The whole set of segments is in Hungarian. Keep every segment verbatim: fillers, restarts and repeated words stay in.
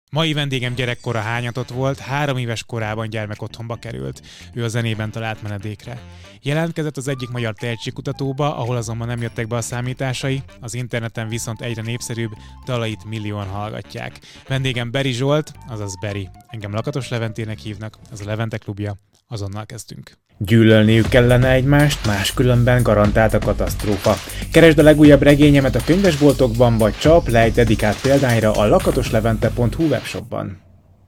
Mai vendégem gyerekkora hányatott volt, három éves korában gyermekotthonba került. Ő a zenében talált menedékre. Jelentkezett az egyik magyar tehetségkutatóba, ahol azonban nem jöttek be a számításai, az interneten viszont egyre népszerűbb, dalait millióan hallgatják. Vendégem Beri Zsolt, azaz Beri. Engem Lakatos Leventének hívnak, ez a Levente klubja. Azonnal kezdünk. Gyűlölniük kellene egymást, máskülönben garantált a katasztrófa. Keresd a legújabb regényemet a könyvesboltokban, vagy csap le egy dedikált példányra a lakatoslevente pont hu webshopban.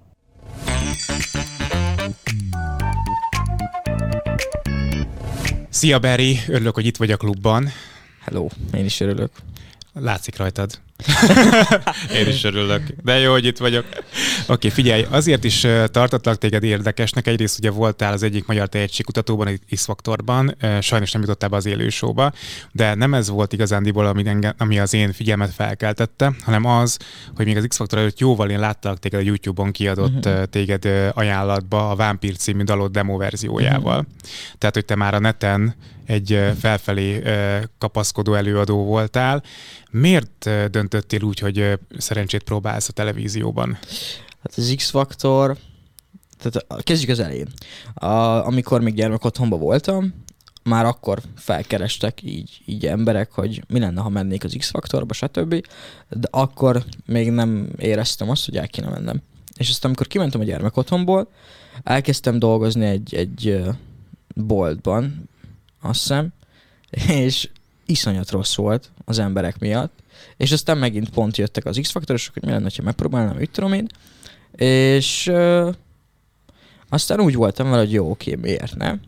Szia Beri, örülök, hogy itt vagy a klubban. Hello, én is örülök. Látszik rajtad. Én is örülök. De jó, hogy itt vagyok. Oké, okay, figyelj, azért is tartottak téged érdekesnek. Egyrészt ugye voltál az egyik magyar tehetségkutatóban, az X-Faktorban, sajnos nem jutottál be az élő showba, de nem ez volt igazándiból, ami, engem, ami az én figyelmet felkeltette, hanem az, hogy még az X-Faktor előtt jóval én láttalak téged a YouTube-on kiadott uh-huh. téged ajánlatba a Vámpír című dalod demo verziójával. Uh-huh. Tehát, hogy te már a neten egy felfelé kapaszkodó előadó voltál. Miért döntöttél úgy, hogy szerencsét próbálsz a televízióban? Hát az X-Faktor, tehát kezdjük az elején. A, amikor még gyermekotthonban voltam, már akkor felkerestek így, így emberek, hogy mi lenne, ha mennék az X-Faktorba, stb. De akkor még nem éreztem azt, hogy el kéne mennem. És aztán, amikor kimentem a gyermekotthonból, elkezdtem dolgozni egy, egy boltban, azt hiszem, és iszonyat rossz volt az emberek miatt, és aztán megint pont jöttek az X-faktorosok, hogy mi lenne, ha megpróbálnám, mit tudom én, és ö, aztán úgy voltam vele, hogy jó, oké, miért nem?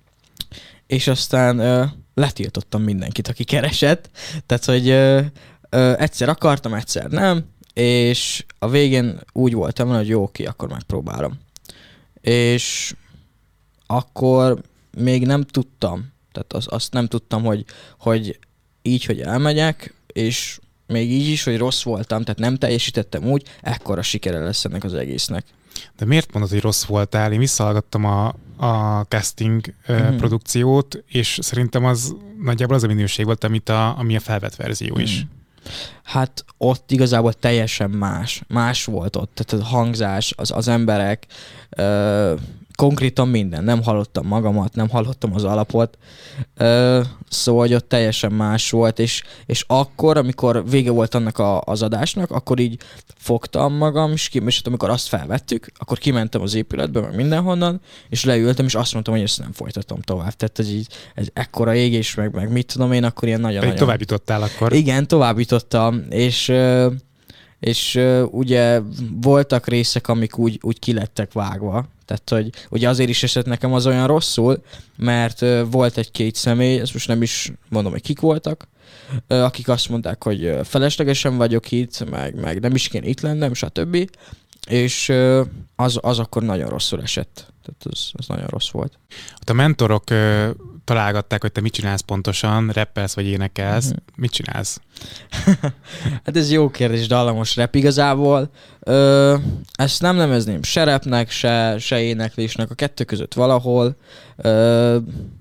És aztán ö, letiltottam mindenkit, aki keresett, tehát, hogy ö, ö, egyszer akartam, egyszer nem, és a végén úgy voltam vele, hogy jó, oké, akkor megpróbálom. És akkor még nem tudtam, tehát az, azt nem tudtam, hogy, hogy így, hogy elmegyek, és még így is, hogy rossz voltam, tehát nem teljesítettem úgy, ekkora sikere lesz ennek az egésznek. De miért mondod, hogy rossz voltál? Én visszahallgattam a, a casting uh-huh. produkciót, és szerintem az nagyjából az a minőség volt, amit a, ami a felvett verzió uh-huh. is. Hát ott igazából teljesen más. Más volt ott. Tehát a hangzás, az, az emberek, ö, konkrétan minden. Nem hallottam magamat, nem hallottam az alapot. Ö, szóval, hogy ott teljesen más volt, és, és akkor, amikor vége volt annak a, az adásnak, akkor így fogtam magam, és, ki, és amikor azt felvettük, akkor kimentem az épületbe, meg mindenhonnan, és leültem, és azt mondtam, hogy ezt nem folytatom tovább. Tehát ez így, ez ekkora égés, meg, meg mit tudom én, akkor ilyen nagyon-nagyon... Tovább jutottál akkor. Igen, tovább jutottam, és... és ugye voltak részek, amik úgy, úgy kilettek vágva. Tehát, hogy ugye azért is esett nekem az olyan rosszul, mert volt egy-két személy, ezt most nem is mondom, hogy kik voltak, akik azt mondták, hogy feleslegesen vagyok itt, meg, meg nem is kéne itt lennem, stb. És az, az akkor nagyon rosszul esett. Tehát az, az nagyon rossz volt. Ott a mentorok ö, találgatták, hogy te mit csinálsz pontosan, rappelsz vagy énekelsz. Uh-huh. Mit csinálsz? Hát ez jó kérdés, dallamos rap igazából. Ö, ezt nem nevezném se rapnek, se, se éneklésnek, a kettő között valahol. Ö,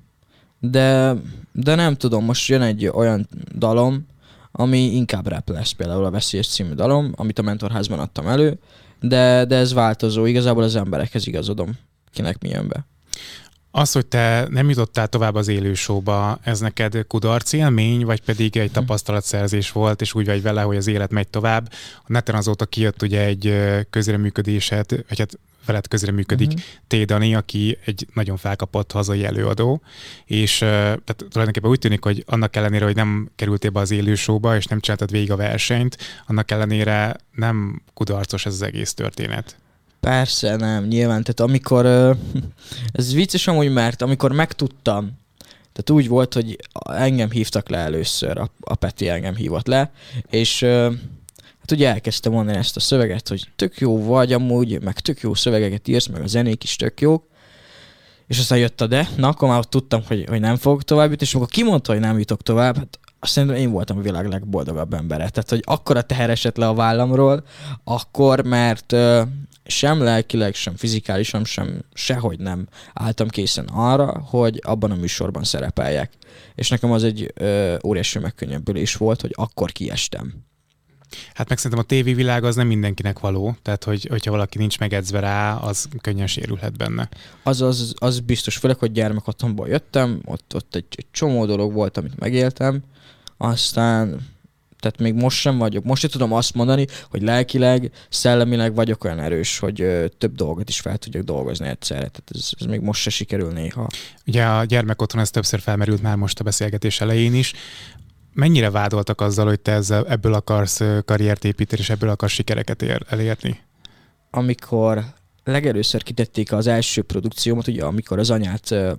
de, de nem tudom, most jön egy olyan dalom, ami inkább rap lesz, például a Veszélyes című dalom, amit a Mentorházban adtam elő, de, de ez változó, igazából az emberekhez igazodom, kinek mi jön be. Az, hogy te nem jutottál tovább az élő showba, ez neked kudarc élmény, vagy pedig egy tapasztalatszerzés volt, és úgy vagy vele, hogy az élet megy tovább. A neten azóta kijött ugye egy közreműködésed, vagy hát veled közreműködik uh-huh. T. Dani, aki egy nagyon felkapott hazai előadó, és tehát tulajdonképpen úgy tűnik, hogy annak ellenére, hogy nem kerültél be az élő showba, és nem csináltad végig a versenyt, annak ellenére nem kudarcos ez az egész történet. Persze, nem, nyilván. Tehát amikor, ez vicces amúgy, mert amikor megtudtam, tehát úgy volt, hogy engem hívtak le először, a, a Peti engem hívott le, és hát ugye elkezdtem mondani ezt a szöveget, hogy tök jó vagy amúgy, meg tök jó szövegeket írsz, meg a zenék is tök jók, és aztán jött a de, na akkor már tudtam, hogy, hogy nem fogok tovább jutni, és amikor kimondta, hogy nem jutok tovább, hát azt szerintem én voltam a világ legboldogabb embere. Tehát, hogy akkora teher esett le a vállamról, akkor, mert ö, sem lelkileg, sem fizikálisan, sem sehogy nem álltam készen arra, hogy abban a műsorban szerepeljek. És nekem az egy ö, óriási megkönnyebbülés volt, hogy akkor kiestem. Hát meg szerintem a tévévilág az nem mindenkinek való, tehát hogy, hogyha valaki nincs megedzve rá, az könnyen sérülhet benne. Az, az, az biztos, főleg, hogy gyermekotthonból jöttem, ott, ott egy, egy csomó dolog volt, amit megéltem, aztán tehát még most sem vagyok, most sem tudom azt mondani, hogy lelkileg, szellemileg vagyok olyan erős, hogy ö, több dolgot is fel tudjak dolgozni egyszerre. Tehát ez, ez még most se sikerül néha. Ugye a gyermekotthon ez többször felmerült már most a beszélgetés elején is. Mennyire vádoltak azzal, hogy te ezzel, ebből akarsz karriert építeni, és ebből akarsz sikereket ér, elérni? Amikor legelőször kitették az első produkciómat, ugye amikor az anyát ö,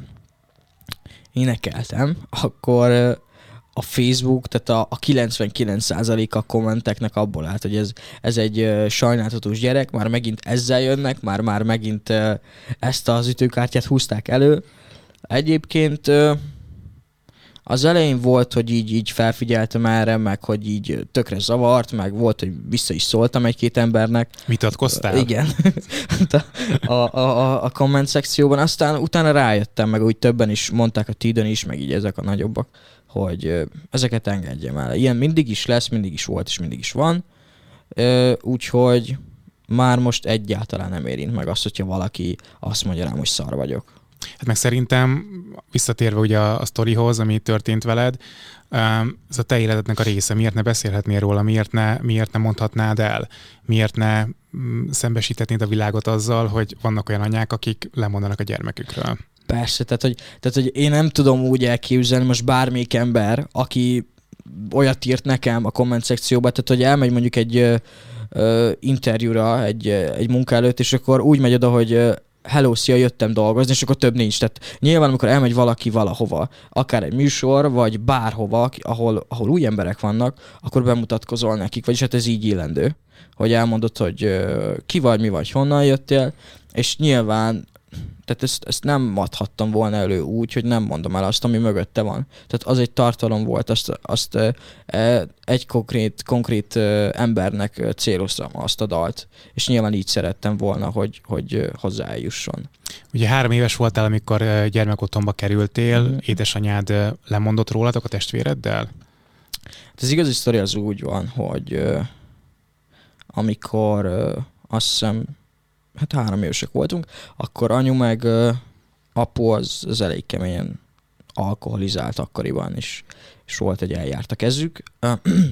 énekeltem, akkor ö, a Facebook, tehát a, a kilencvenkilenc százalék a kommenteknek abból állt, hogy ez, ez egy ö, sajnáltatós gyerek, már megint ezzel jönnek, már, már megint ö, ezt az ütőkártyát húzták elő. Egyébként ö, az elején volt, hogy így, így felfigyeltem erre, meg hogy így tökre zavart, meg volt, hogy vissza is szóltam egy-két embernek. Vitatkoztál? Igen. a, a, a, a komment szekcióban. Aztán utána rájöttem, meg úgy többen is mondták a Tidon is, meg így ezek a nagyobbak, hogy ezeket engedjem el. Ilyen mindig is lesz, mindig is volt, és mindig is van. Úgyhogy már most egyáltalán nem érint meg azt, hogyha valaki azt mondja rám, hogy szar vagyok. Hát meg szerintem, visszatérve ugye a, a sztorihoz, ami történt veled, ez a te életednek a része. Miért ne beszélhetnél róla, miért ne, miért ne mondhatnád el, miért ne szembesíthetnéd a világot azzal, hogy vannak olyan anyák, akik lemondanak a gyermekükről. Persze, tehát hogy, tehát hogy én nem tudom úgy elképzelni most bármelyik ember, aki olyat írt nekem a komment szekcióba, tehát hogy elmegy mondjuk egy ö, ö, interjúra, egy, egy munka előtt, és akkor úgy megy oda, hogy ö, hello, szia, jöttem dolgozni, és akkor több nincs. Tehát nyilván, amikor elmegy valaki valahova, akár egy műsor, vagy bárhova, ahol, ahol új emberek vannak, akkor bemutatkozol nekik, vagyis hát ez így illendő, hogy elmondod, hogy ö, ki vagy, mi vagy, honnan jöttél, és nyilván tehát ezt, ezt nem adhattam volna elő úgy, hogy nem mondom el azt, ami mögötte van. Tehát az egy tartalom volt, azt, azt e, egy konkrét, konkrét embernek céloztam azt a dalt, és nyilván így szerettem volna, hogy, hogy hozzájusson. Ugye három éves voltál, amikor gyermekotthonba kerültél, mm. édesanyád lemondott rólatok a testvéreddel? Hát az igazi sztori az úgy van, hogy amikor azt hiszem hát három évesek voltunk, akkor anyu meg uh, apu az, az elég keményen alkoholizált akkoriban, és, és volt egy eljárt a kezük. Uh,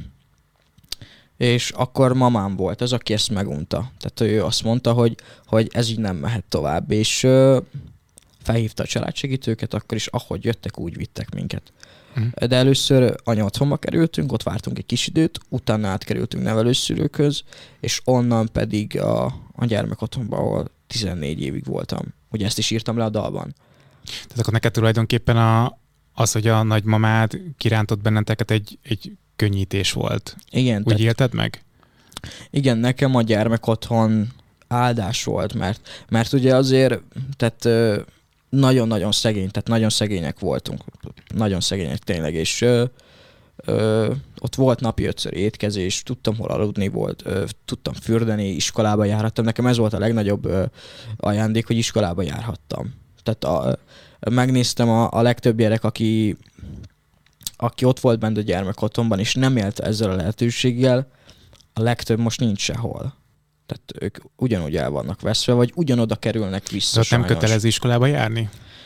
és akkor mamám volt az, aki ezt megunta. Tehát ő azt mondta, hogy, hogy ez így nem mehet tovább, és uh, felhívta a családsegítőket, akkor is ahogy jöttek, úgy vittek minket. Mm. De először anya otthonba kerültünk, ott vártunk egy kis időt, utána átkerültünk nevelőszülőkhöz, és onnan pedig a, a gyermekotthonba, ahol tizennégy évig voltam. Ugye ezt is írtam le a dalban. Tehát akkor neked tulajdonképpen a, az, hogy a nagymamád kirántott benneteket egy, egy könnyítés volt. Igen. Úgy tehát, élted meg? Igen, nekem a gyermekotthon áldás volt, mert, mert ugye azért, tehát nagyon-nagyon szegény, tehát nagyon szegények voltunk. Nagyon szegények tényleg, és ö, ö, ott volt napi ötször étkezés, tudtam hol aludni, volt, ö, tudtam fürdeni, iskolába járhattam. Nekem ez volt a legnagyobb ö, ajándék, hogy iskolába járhattam. Tehát a, megnéztem a, a legtöbb gyerek, aki, aki ott volt bent a gyermekotthonban, és nem élt ezzel a lehetőséggel, a legtöbb most nincs sehol. Tehát ők ugyanúgy el vannak veszve, vagy ugyanoda kerülnek vissza. Tehát nem kötelező iskolába járni?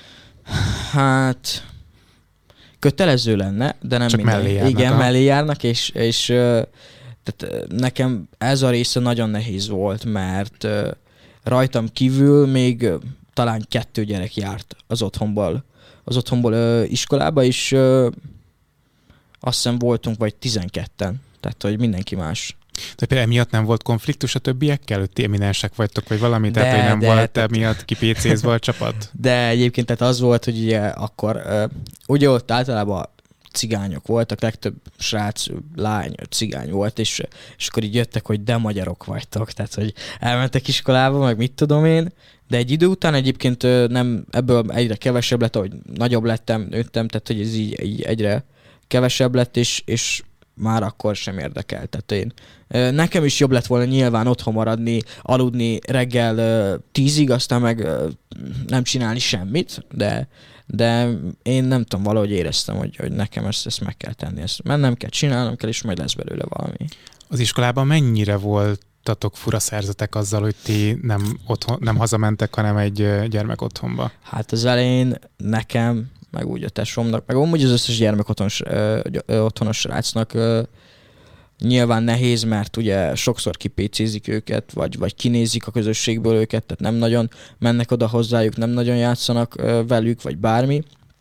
Hát kötelező lenne, de nem csak minden. Mellé járnak, igen, a... mellé járnak, és, és tehát nekem ez a része nagyon nehéz volt, mert rajtam kívül még talán kettő gyerek járt az otthonból, az otthonból iskolába, és azt hiszem voltunk vagy tizenketten, tehát hogy mindenki más. De például emiatt nem volt konfliktus a többiekkel, hogy ti eminensek vagytok, vagy valami, de, tehát hogy nem de, volt tehát... emiatt kipécézve a csapat? De egyébként tehát az volt, hogy ugye akkor, ugye ott általában cigányok voltak, legtöbb srác, lány, cigány volt, és, és akkor így jöttek, hogy de magyarok vagytok, tehát hogy elmentek iskolába, meg mit tudom én, de egy idő után egyébként nem, ebből egyre kevesebb lett, ahogy nagyobb lettem, nőttem, tehát hogy ez így, így egyre kevesebb lett, és, és már akkor sem érdekel. Tehát én, nekem is jobb lett volna nyilván otthon maradni, aludni reggel tízig, aztán meg nem csinálni semmit, de, de én nem tudom, valahogy éreztem, hogy, hogy nekem ezt, ezt meg kell tenni. Ezt mennem kell, csinálnom kell, és majd lesz belőle valami. Az iskolában mennyire voltatok fura szerzetek azzal, hogy ti nem, otthon, nem hazamentek, hanem egy gyermek otthonba? Hát az elején nekem, meg úgy a tesómnak, meg amúgy az összes gyermek otthonos, ö, ö, otthonos srácnak ö, nyilván nehéz, mert ugye sokszor kipécézik őket, vagy, vagy kinézik a közösségből őket, tehát nem nagyon mennek oda hozzájuk, nem nagyon játszanak ö, velük, vagy bármi.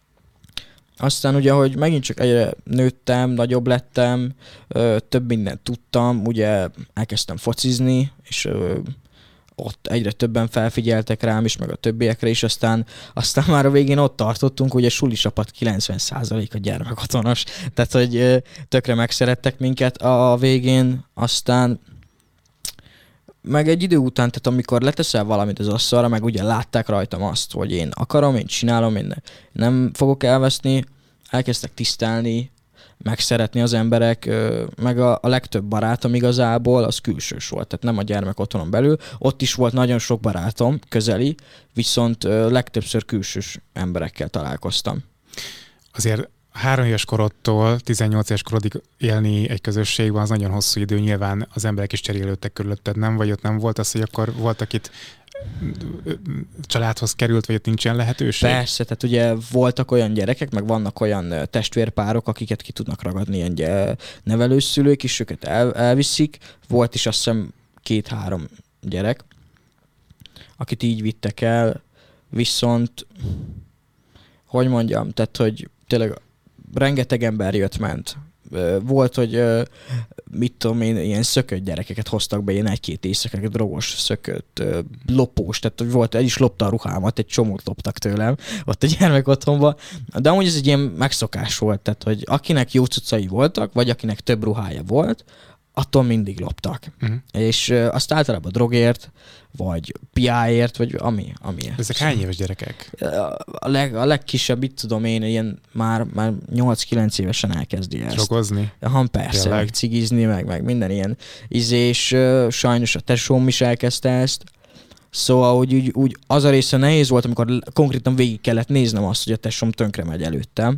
Aztán ugye, hogy megint csak egyre nőttem, nagyobb lettem, ö, több mindent tudtam, ugye elkezdtem focizni, és ö, ott egyre többen felfigyeltek rám is, meg a többiekre is, aztán, aztán már a végén ott tartottunk, ugye sulisapat kilencven százalék a gyermekotthonos, tehát hogy ö, tökre megszerettek minket a végén, aztán meg egy idő után, tehát amikor leteszel valamit az asztalra, meg ugye látták rajtam azt, hogy én akarom, én csinálom, én nem fogok elveszni, elkezdtek tisztelni, megszeretni az emberek, meg a, a legtöbb barátom igazából az külsős volt, tehát nem a gyermek otthonon belül. Ott is volt nagyon sok barátom, közeli, viszont legtöbbször külsős emberekkel találkoztam. Azért három éves korodtól tizennyolc éves korodig élni egy közösségben az nagyon hosszú idő, nyilván az emberek is cserélődtek körülötted, nem? Vagy ott nem volt az, hogy akkor voltak itt családhoz került, vagy ott nincsen lehetőség? Persze, tehát ugye voltak olyan gyerekek, meg vannak olyan testvérpárok, akiket ki tudnak ragadni ilyen nevelőszülők is, őket el, elviszik. Volt is azt hiszem két-három gyerek, akit így vittek el, viszont hogy mondjam, tehát hogy tényleg rengeteg ember jött-ment. Volt, hogy mit tudom én, ilyen szökött gyerekeket hoztak be, ilyen egy-két éjszakát, drogos, szökött, lopós, tehát hogy volt, el is lopta a ruhámat, egy csomót loptak tőlem ott a gyermek otthonban, de amúgy ez egy ilyen megszokás volt, tehát hogy akinek jó cuccai voltak, vagy akinek több ruhája volt, attól mindig loptak. Uh-huh. És uh, azt általában drogért, vagy piáért, vagy ami. ami Ezek hány éves gyerekek? A, leg, a legkisebb, itt tudom én, ilyen már, már nyolc-kilenc évesen elkezdi ezt. Drogozni? Ha, persze, meg cigizni, meg, meg minden ilyen izés. Uh, sajnos a tesóm is elkezdte ezt. Szóval úgy, úgy, úgy az a része nehéz volt, amikor konkrétan végig kellett néznem azt, hogy a tesóm tönkre megy előttem.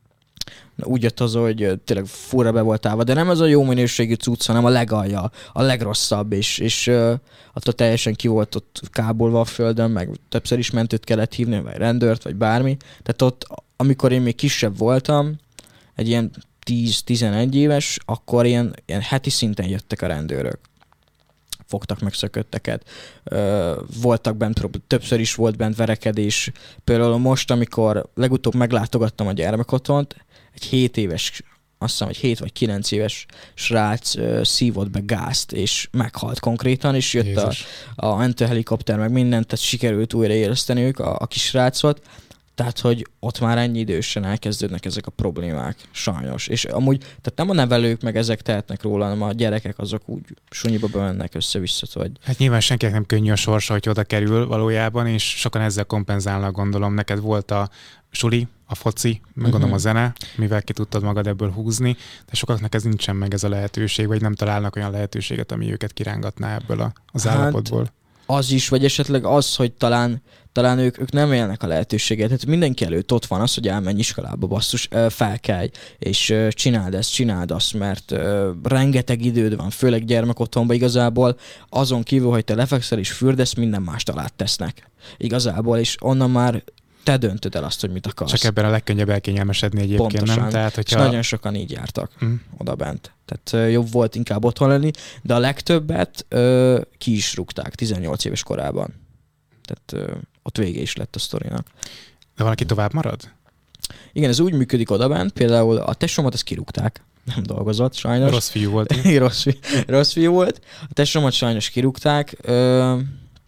Úgy jött az, hogy tényleg fura be volt állva, de nem ez a jó minőségű cucc, hanem a legalja, a legrosszabb, és, és uh, attól teljesen ki volt ott kábolva a földön, meg többször is mentőt kellett hívni, vagy rendőrt, vagy bármi. Tehát ott, amikor én még kisebb voltam, egy ilyen tíz-tizenegy éves, akkor ilyen, ilyen heti szinten jöttek a rendőrök. Fogtak meg szökötteket. Uh, voltak bent, többször is volt bent verekedés. Például most, amikor legutóbb meglátogattam a gyermekotthont, egy hét éves, azt hiszem, hogy hét vagy kilenc éves srác uh, szívott be gázt, és meghalt konkrétan, és jött a, a mentőhelikopter, meg mindent, tehát sikerült újra éleszteniük a, a kis srácot. Tehát, hogy ott már ennyi idősen elkezdődnek ezek a problémák, sajnos. És amúgy, tehát nem a nevelők meg ezek tehetnek róla, hanem a gyerekek azok úgy sunyiba bemennek össze-vissza, vagy... Hát nyilván senkinek nem könnyű a sorsa, hogy oda kerül valójában, és sokan ezzel kompenzálnak, gondolom. Neked volt a suli, a foci, meg uh-huh. gondolom a zene, mivel ki tudtad magad ebből húzni, de sokaknak ez nincsen meg ez a lehetőség, vagy nem találnak olyan lehetőséget, ami őket kirángatná ebből a, az hát, állapotból. Az is, vagy esetleg az, hogy talán talán ők, ők nem élnek a lehetőséget. Tehát mindenki előtt ott van az, hogy elmenj iskolába, basszus, felkelj, és csináld ezt, csináld azt, mert uh, rengeteg időd van, főleg gyermekotthonban igazából, azon kívül, hogy te lefekszel és fürdesz, minden mást alá tesznek. Igazából, és onnan már te döntöd el azt, hogy mit akarsz. Csak ebben a legkönnyebb elkényelmesedni egyébként, pontosan. Nem? Tehát, hogyha... És nagyon sokan így jártak mm. oda bent. Tehát uh, jobb volt inkább otthon lenni, de a legtöbbet uh, ki is rúgták tizennyolc éves korában. Tehát uh, ott vége is lett a sztorinak. De van, aki tovább marad? Igen, ez úgy működik odabent, például a tesómat ezt kirúgták, nem dolgozott sajnos. Rossz fiú volt. rossz, fiú, rossz fiú volt. A tesómat sajnos kirúgták. Ö,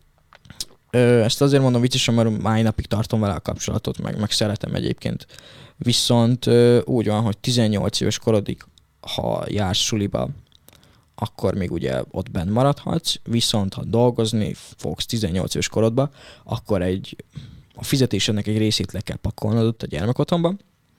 ö, ezt azért mondom viccesen, mert máj napig tartom vele a kapcsolatot, meg, meg szeretem egyébként. Viszont ö, úgy van, hogy tizennyolc éves korodig, ha jársz suliba, akkor még ugye ott benn maradhatsz, viszont ha dolgozni fogsz tizennyolc éves korodba, akkor egy, a fizetésednek egy részét le kell pakolnod ott a gyermekotthonba.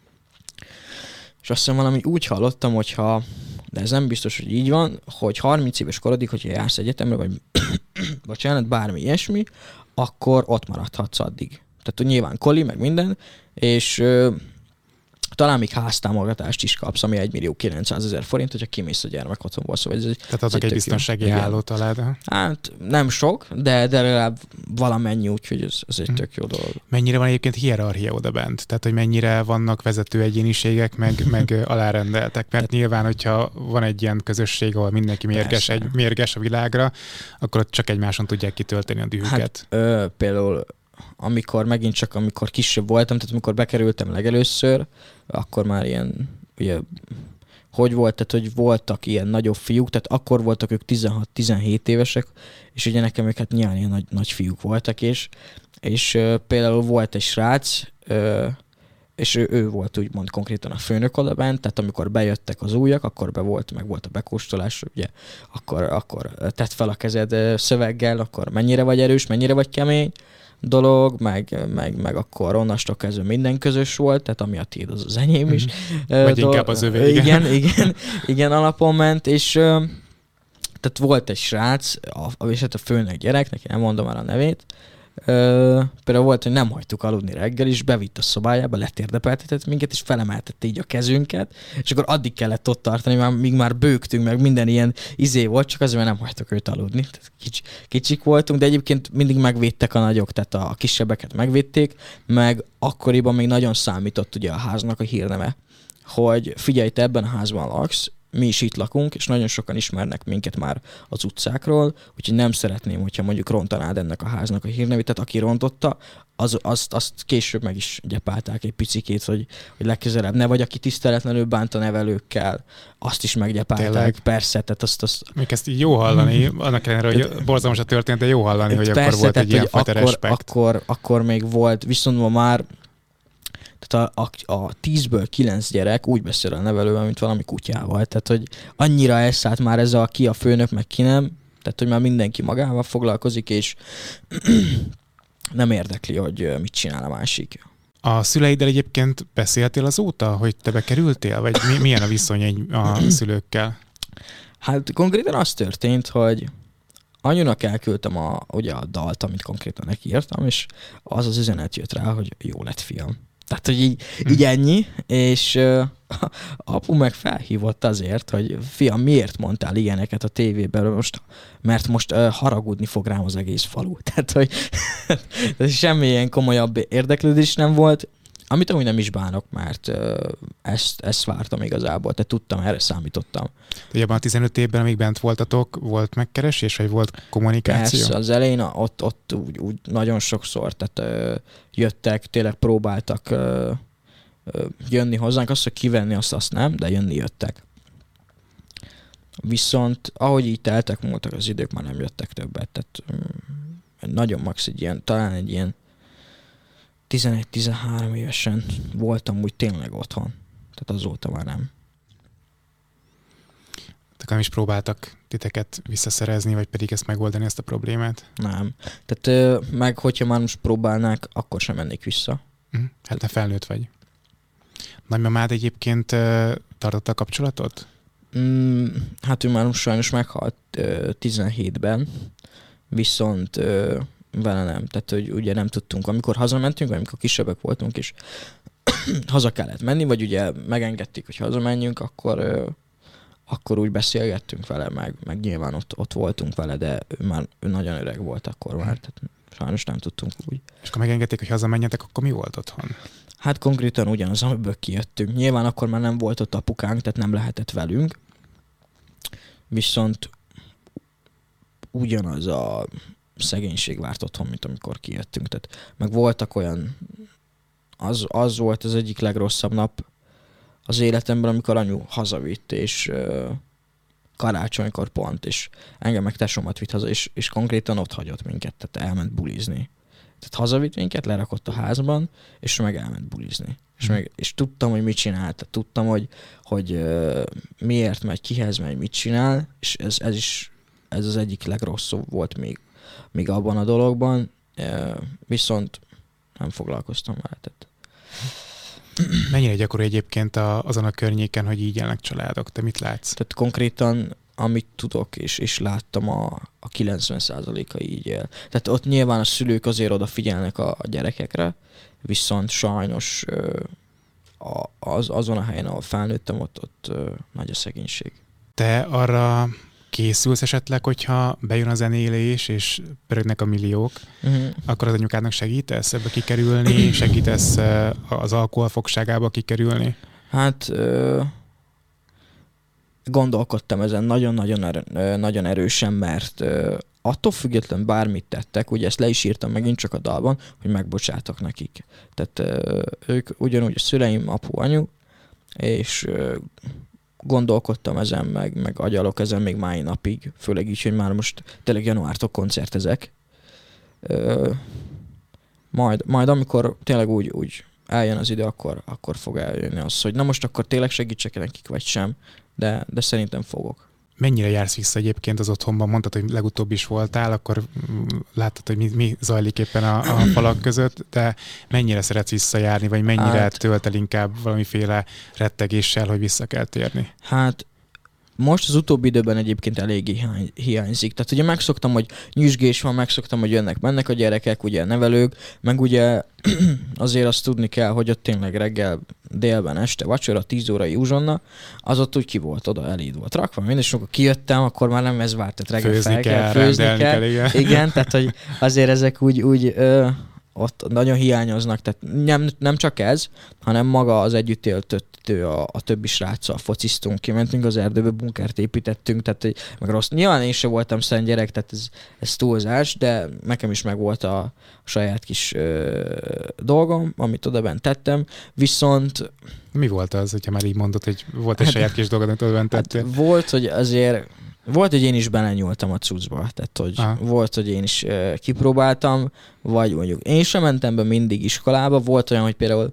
És azt hiszem valami úgy hallottam, hogyha, de ez nem biztos, hogy így van, hogy harminc éves korodig, hogyha jársz egyetemre, vagy bocsánat, bármi ilyesmi, akkor ott maradhatsz addig. Tehát nyilván koli, meg minden, és ö, talán még háztámogatást is kapsz, ami egy millió kilencszázezer forint, hogyha kimész a gyermek otthonból. Szóval ez, Tehát azok egy biztonsági háló talád. Hát nem sok, de, de legalább valamennyi, úgyhogy ez, ez egy tök jó dolog. Mennyire van egyébként hierarchia oda bent? Tehát, hogy mennyire vannak vezető egyéniségek, meg, meg alárendeltek? Mert nyilván, hogyha van egy ilyen közösség, ahol mindenki mérges, egy, mérges a világra, akkor ott csak egymáson tudják kitölteni a dühüket. Hát ö, például amikor megint csak, amikor kisebb voltam, tehát amikor bekerültem legelőször, akkor már ilyen, ugye, hogy volt, tehát hogy voltak ilyen nagyobb fiúk, tehát akkor voltak ők tizenhat-tizenhét évesek, és ugye nekem ők hát nyilván ilyen nagy, nagy fiúk voltak, és, és uh, például volt egy srác, uh, és ő, ő volt úgymond konkrétan a főnök oda bent, tehát amikor bejöttek az újak, akkor be volt, meg volt a bekóstolás, ugye, akkor, akkor tett fel a kezed szöveggel, akkor mennyire vagy erős, mennyire vagy kemény dolog, meg, meg, meg akkor onnastól kezdve minden közös volt, tehát ami a tiéd, az az enyém is. Mm-hmm. Vagy inkább az övé, igen. Igen, igen, igen, alapon ment, és tehát volt egy srác, a, és hát a főnök gyerek, neki nem mondom el a nevét, Ö, például volt, hogy nem hagytuk aludni reggel, és bevitt a szobájába, letérdepeltetett minket, és felemeltette így a kezünket, és akkor addig kellett ott tartani, már, míg már bőgtünk, meg minden ilyen izé volt, csak azért, mert nem hagytuk őt aludni. Tehát kics, kicsik voltunk, de egyébként mindig megvédtek a nagyok, tehát a kisebbeket megvédték, meg akkoriban még nagyon számított ugye a háznak a hírneve, hogy figyelj, te ebben a házban laksz, mi is itt lakunk, és nagyon sokan ismernek minket már az utcákról, úgyhogy nem szeretném, hogyha mondjuk rontanád ennek a háznak a hírnevét, tehát aki rontotta, az, azt, azt később meg is gyepálták egy picikét, hogy, hogy legközelebb ne, vagy aki tiszteletlenül bánt a nevelőkkel, azt is meggyepálták, tényleg? Persze, tehát azt... azt... Még ezt így jó hallani, annak ellenére, hogy borzalmas a történet, de jó hallani, hogy persze, akkor volt tehát, egy ilyen fajta akkor, respekt. Akkor, akkor még volt, viszont ma már tehát a, a, a tízből kilenc gyerek úgy beszél a nevelővel, mint valami kutyával. Tehát, hogy annyira elszállt már ez a ki a főnök, meg ki nem. Tehát, hogy már mindenki magával foglalkozik, és nem érdekli, hogy mit csinál a másik. A szüleiddel egyébként beszéltél azóta, hogy te bekerültél? Vagy mi, milyen a viszony egy, a szülőkkel? Hát konkrétan az történt, hogy anyunak elküldtem a, ugye a dalt, amit konkrétan neki írtam, és az az üzenet jött rá, hogy jó lett, fiam. Tehát, hogy így, így ennyi, és uh, apu meg felhívott azért, hogy fiam, miért mondtál ilyeneket a tévében most, mert most uh, haragudni fog rám az egész falu. Tehát, hogy semmi ilyen komolyabb érdeklődés nem volt, amit amúgy nem is bánok, mert uh, ezt, ezt vártam igazából, tehát tudtam, erre számítottam. Ugye abban a tizenöt évben, amíg bent voltatok, volt megkeresés, vagy volt kommunikáció? Persze, az elején ott, ott úgy, úgy nagyon sokszor, tehát ö, jöttek, tényleg próbáltak ö, ö, jönni hozzánk, azt, hogy kivenni, azt, azt nem, de jönni jöttek. Viszont ahogy így teltek múltak az idők, már nem jöttek többet, tehát ö, nagyon max egy ilyen, talán egy ilyen tizenegy-tizenhárom évesen voltam úgy tényleg otthon, tehát azóta már nem. Tehát nem is próbáltak titeket visszaszerezni, vagy pedig ezt megoldani, ezt a problémát? Nem. Tehát meg, hogyha már most próbálnák, akkor sem mennék vissza. Mm, hát te felnőtt vagy. Nagymamád egyébként tartotta a kapcsolatot? Mm, hát ő már most sajnos meghalt uh, tizenhétben, viszont uh, vele nem. Tehát, hogy ugye nem tudtunk, amikor hazamentünk, vagy amikor kisebbek voltunk, és haza kellett menni, vagy ugye megengedték, hogy hazamenjünk, akkor... Uh, akkor úgy beszélgettünk vele, meg, meg nyilván ott, ott voltunk vele, de ő már ő nagyon öreg volt akkor már, tehát sajnos nem tudtunk úgy. És akkor megengedték, hogy hazamenjetek, akkor mi volt otthon? Hát konkrétan ugyanaz, amiből kijöttünk. Nyilván akkor már nem volt ott apukánk, tehát nem lehetett velünk, viszont ugyanaz a szegénység várt otthon, mint amikor kijöttünk. Tehát meg voltak olyan, az, az volt az egyik legrosszabb nap az életemben, amikor anyu hazavitt, és uh, karácsonykor pont, és engem meg tesómat vitt haza, és, és konkrétan ott hagyott minket, tehát elment bulizni. Tehát hazavitt minket, lerakott a házban, és meg elment bulizni. Mm. És, meg, és tudtam, hogy mit csinál, tehát tudtam, hogy, hogy uh, miért megy, kihez megy, mit csinál, és ez, ez is ez az egyik legrosszabb volt még, még abban a dologban, uh, viszont nem foglalkoztam vele. Tehát mennyire gyakori egyébként a, azon a környéken, hogy így élnek családok? Te mit látsz? Tehát konkrétan, amit tudok, és, és láttam, a, a kilencven százaléka így él. Tehát ott nyilván a szülők azért odafigyelnek a, a gyerekekre, viszont sajnos ö, a, az, azon a helyen, ahol felnőttem, ott, ott ö, nagy a szegénység. Te arra készülsz esetleg, hogyha bejön a zenélés, és pörögnek a milliók, uh-huh. akkor az anyukádnak segítesz ebbe kikerülni, segítesz az alkohol fogságába kikerülni? Hát ö, gondolkodtam ezen nagyon-nagyon erő, nagyon erősen, mert ö, attól független bármit tettek, ugye ezt le is írtam megint csak a dalban, hogy megbocsátok nekik. Tehát ö, ők ugyanúgy a szüleim, apu, anyu, és ö, gondolkodtam ezen, meg, meg agyalok ezen még mai napig, főleg így, hogy már most tényleg januártól koncertezek. Ö, majd, majd amikor tényleg úgy, úgy eljön az idő, akkor, akkor fog eljönni az, hogy na most akkor tényleg segítsek nekik, vagy sem, de, de szerintem fogok. Mennyire jársz vissza egyébként az otthonban? Mondtad, hogy legutóbb is voltál, akkor láttad, hogy mi, mi zajlik éppen a, a falak között, de mennyire szeretsz visszajárni, vagy mennyire hát, tölt el inkább valamiféle rettegéssel, hogy vissza kell térni? Hát most az utóbbi időben egyébként eléggé hiány, hiányzik. Tehát ugye megszoktam, hogy nyüzsgés van, megszoktam, hogy jönnek, mennek a gyerekek, ugye nevelők, meg ugye azért azt tudni kell, hogy ott tényleg reggel, délben, este, vacsora, tíz órai uzsonna, az ott úgy ki volt, oda eléd volt rakva, minden, és amikor kijöttem, akkor már nem ez várt, tehát reggel főzni fel kell, kell, főzni kell. kell igen. igen, tehát hogy azért ezek úgy, úgy ö, ott nagyon hiányoznak, tehát nem, nem csak ez, hanem maga az együtt éltető a, a többi sráccal fociztunk, kimentünk az erdőbe, bunkert építettünk, tehát hogy meg rossz. Nyilván én sem voltam szent gyerek, tehát ez, ez túlzás, de nekem is meg volt a, a saját kis ö, dolgom, amit oda bent tettem, viszont... Mi volt az, hogyha már így mondod, hogy volt egy hát, saját kis dolgod, amit oda bent tettél? Hát volt, hogy azért... Volt, hogy én is belenyúltam a cuccba, tehát hogy Aha. volt, hogy én is uh, kipróbáltam, vagy mondjuk én sem mentem be mindig iskolába, volt olyan, hogy például,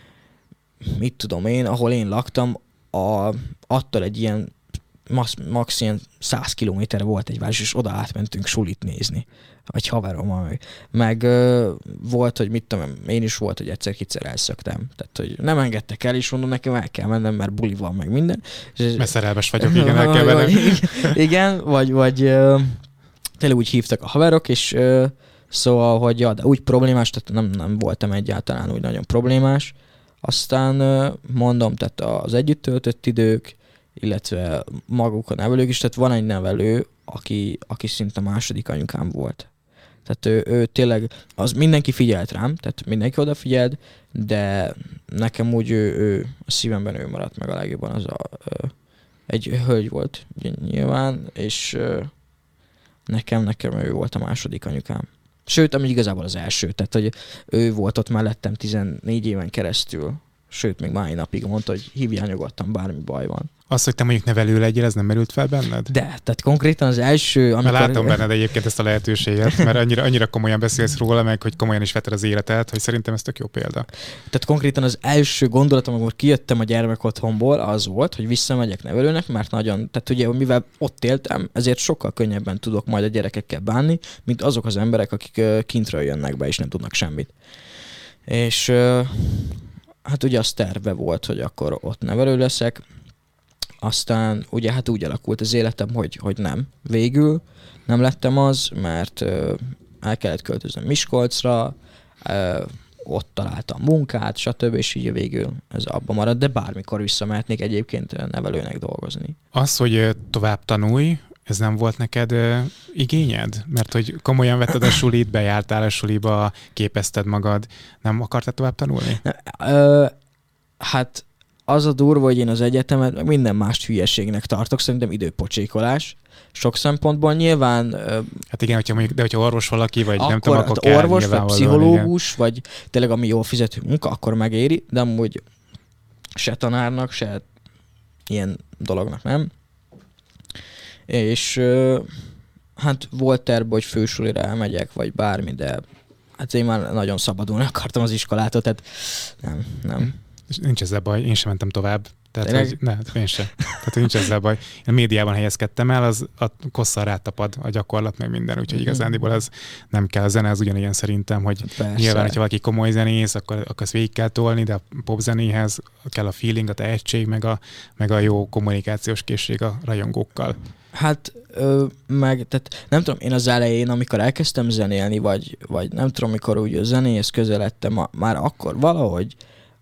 mit tudom én, ahol én laktam, a, attól egy ilyen max, max ilyen száz kilométerre volt egy város, és oda átmentünk sulit nézni, vagy haverommal meg. Meg uh, volt, hogy mit tudom én is volt, hogy egyszer-kétszer elszöktem. Tehát, hogy nem engedtek el, és mondom, nekem el kell mennem, mert buli van, meg minden. Mert szerelmes vagyok, igen, el kell mennem. Igen, vagy, vagy uh, tényleg úgy hívtak a haverok, és uh, szóval, hogy ja, de úgy problémás, tehát nem, nem voltam egyáltalán úgy nagyon problémás. Aztán uh, mondom, tehát az együtt töltött idők, illetve maguk a nevelők is, tehát van egy nevelő, aki, aki szinte második anyukám volt. Tehát ő, ő tényleg, az mindenki figyelt rám, tehát mindenki odafigyelt, de nekem úgy ő, ő a szívemben ő maradt meg a legjobban, az a, ö, egy hölgy volt ugye, nyilván, és ö, nekem, nekem ő volt a második anyukám. Sőt, ami igazából az első, tehát hogy ő volt ott mellettem tizennégy éven keresztül, sőt, még mai napig mondta, hogy hívjál nyugodtan, bármi baj van. Azt, hogy te mondjuk nevelő legyél, ez nem merült fel benned? De, tehát konkrétan az első, amikor... Mert látom benned egyébként ezt a lehetőséget, mert annyira, annyira komolyan beszélsz róla, meg hogy komolyan is veted az életet, hogy szerintem ez tök jó példa. Tehát konkrétan az első gondolatom, amikor kijöttem a gyermekotthonból, az volt, hogy visszamegyek nevelőnek, mert nagyon, tehát ugye mivel ott éltem, ezért sokkal könnyebben tudok majd a gyerekekkel bánni, mint azok az emberek, akik kintről jönnek be és nem tudnak semmit. És hát ugye az terve volt, hogy akkor ott nevelő leszek. Aztán ugye hát úgy alakult az életem, hogy, hogy nem. Végül nem lettem az, mert ö, el kellett költöznem Miskolcra, ö, ott találtam munkát, stb. És így végül ez abba maradt, de bármikor visszamehetnék egyébként nevelőnek dolgozni. Az, hogy tovább tanulj, ez nem volt neked ö, igényed? Mert hogy komolyan vetted a sulit, bejártál a suliba, képezted magad, nem akartad tovább tanulni? Nem, ö, hát az a durva, hogy én az egyetemet minden mást hülyeségnek tartok, szerintem időpocsékolás. Sok szempontból nyilván... Hát igen, hogyha mondjuk, de hogyha orvos valaki, vagy nem tudom, akkor kell orvos, vagy pszichológus, igen. vagy tényleg ami jól fizető munka, akkor megéri, de amúgy se tanárnak, se ilyen dolognak nem. És hát volt terve, hogy fősulira elmegyek, vagy bármi, de hát én már nagyon szabadulni akartam az iskolától, tehát nem, nem. Nincs ezzel baj, én sem mentem tovább. Tehát, hogy, ne, én sem. Tehát, nincs ezzel baj. Én a médiában helyezkedtem el, az a kosszal rátapad a gyakorlat, meg minden, úgyhogy igazándiból ez nem kell. A zene az ugyanilyen szerintem, hogy persze. Nyilván, hogyha valaki komoly zenész, akkor, akkor ezt végig kell tolni, de a popzenéhez kell a feeling, a tehetség, meg a, meg a jó kommunikációs készség a rajongókkal. Hát, ö, meg, tehát nem tudom, én az elején, amikor elkezdtem zenélni, vagy, vagy nem tudom, mikor úgy a zenéhez közeledtem, már akkor valahogy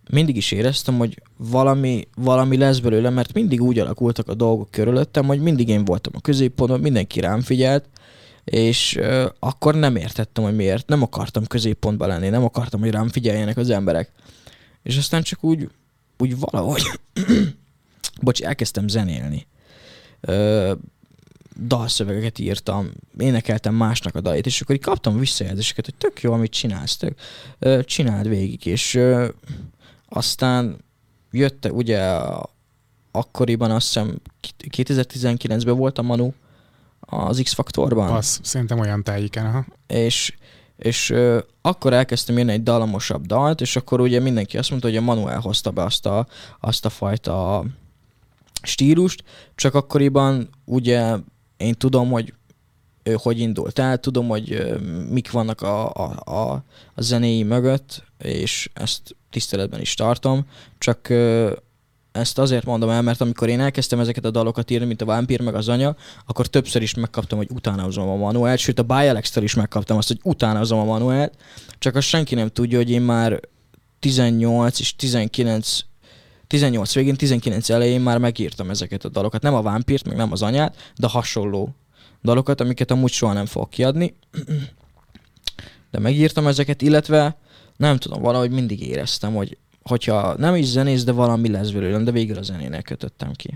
mindig is éreztem, hogy valami, valami lesz belőle, mert mindig úgy alakultak a dolgok körülöttem, hogy mindig én voltam a középpontban, mindenki rám figyelt, és uh, akkor nem értettem, hogy miért. Nem akartam középpontban lenni, nem akartam, hogy rám figyeljenek az emberek. És aztán csak úgy, úgy valahogy, bocs, elkezdtem zenélni. Uh, dalszövegeket írtam, énekeltem másnak a dalait, és akkor így kaptam visszajelzéseket, hogy tök jó, amit csinálsz, tök, uh, csináld végig, és uh, aztán jött ugye a, akkoriban azt hiszem kétezer-tizenkilencben volt a Manu az X-Faktorban. Az, szerintem olyan tájéken, aha. És, és uh, akkor elkezdtem írni egy dalamosabb dalt, és akkor ugye mindenki azt mondta, hogy a Manu elhozta be azt a, azt a fajta stílust, csak akkoriban ugye én tudom, hogy ő hogy indult el, tudom, hogy uh, mik vannak a, a, a, a zenéi mögött, és ezt tiszteletben is tartom, csak uh, ezt azért mondom el, mert amikor én elkezdtem ezeket a dalokat írni, mint a Vámpír meg az Anya, akkor többször is megkaptam, hogy utánozom a Manuelt, sőt a Bialex-től is megkaptam azt, hogy utánozom a Manuelt, csak azt senki nem tudja, hogy én már tizennyolc és tizenkilenc, tizennyolc végén, tizenkilenc elején már megírtam ezeket a dalokat. Nem a Vámpírt, meg nem az Anyát, de hasonló dalokat, amiket amúgy soha nem fogok kiadni. De megírtam ezeket, illetve nem tudom, valahogy mindig éreztem, hogy hogyha nem is zenész, de valami lesz belőlem, de végül a zenének kötöttem ki.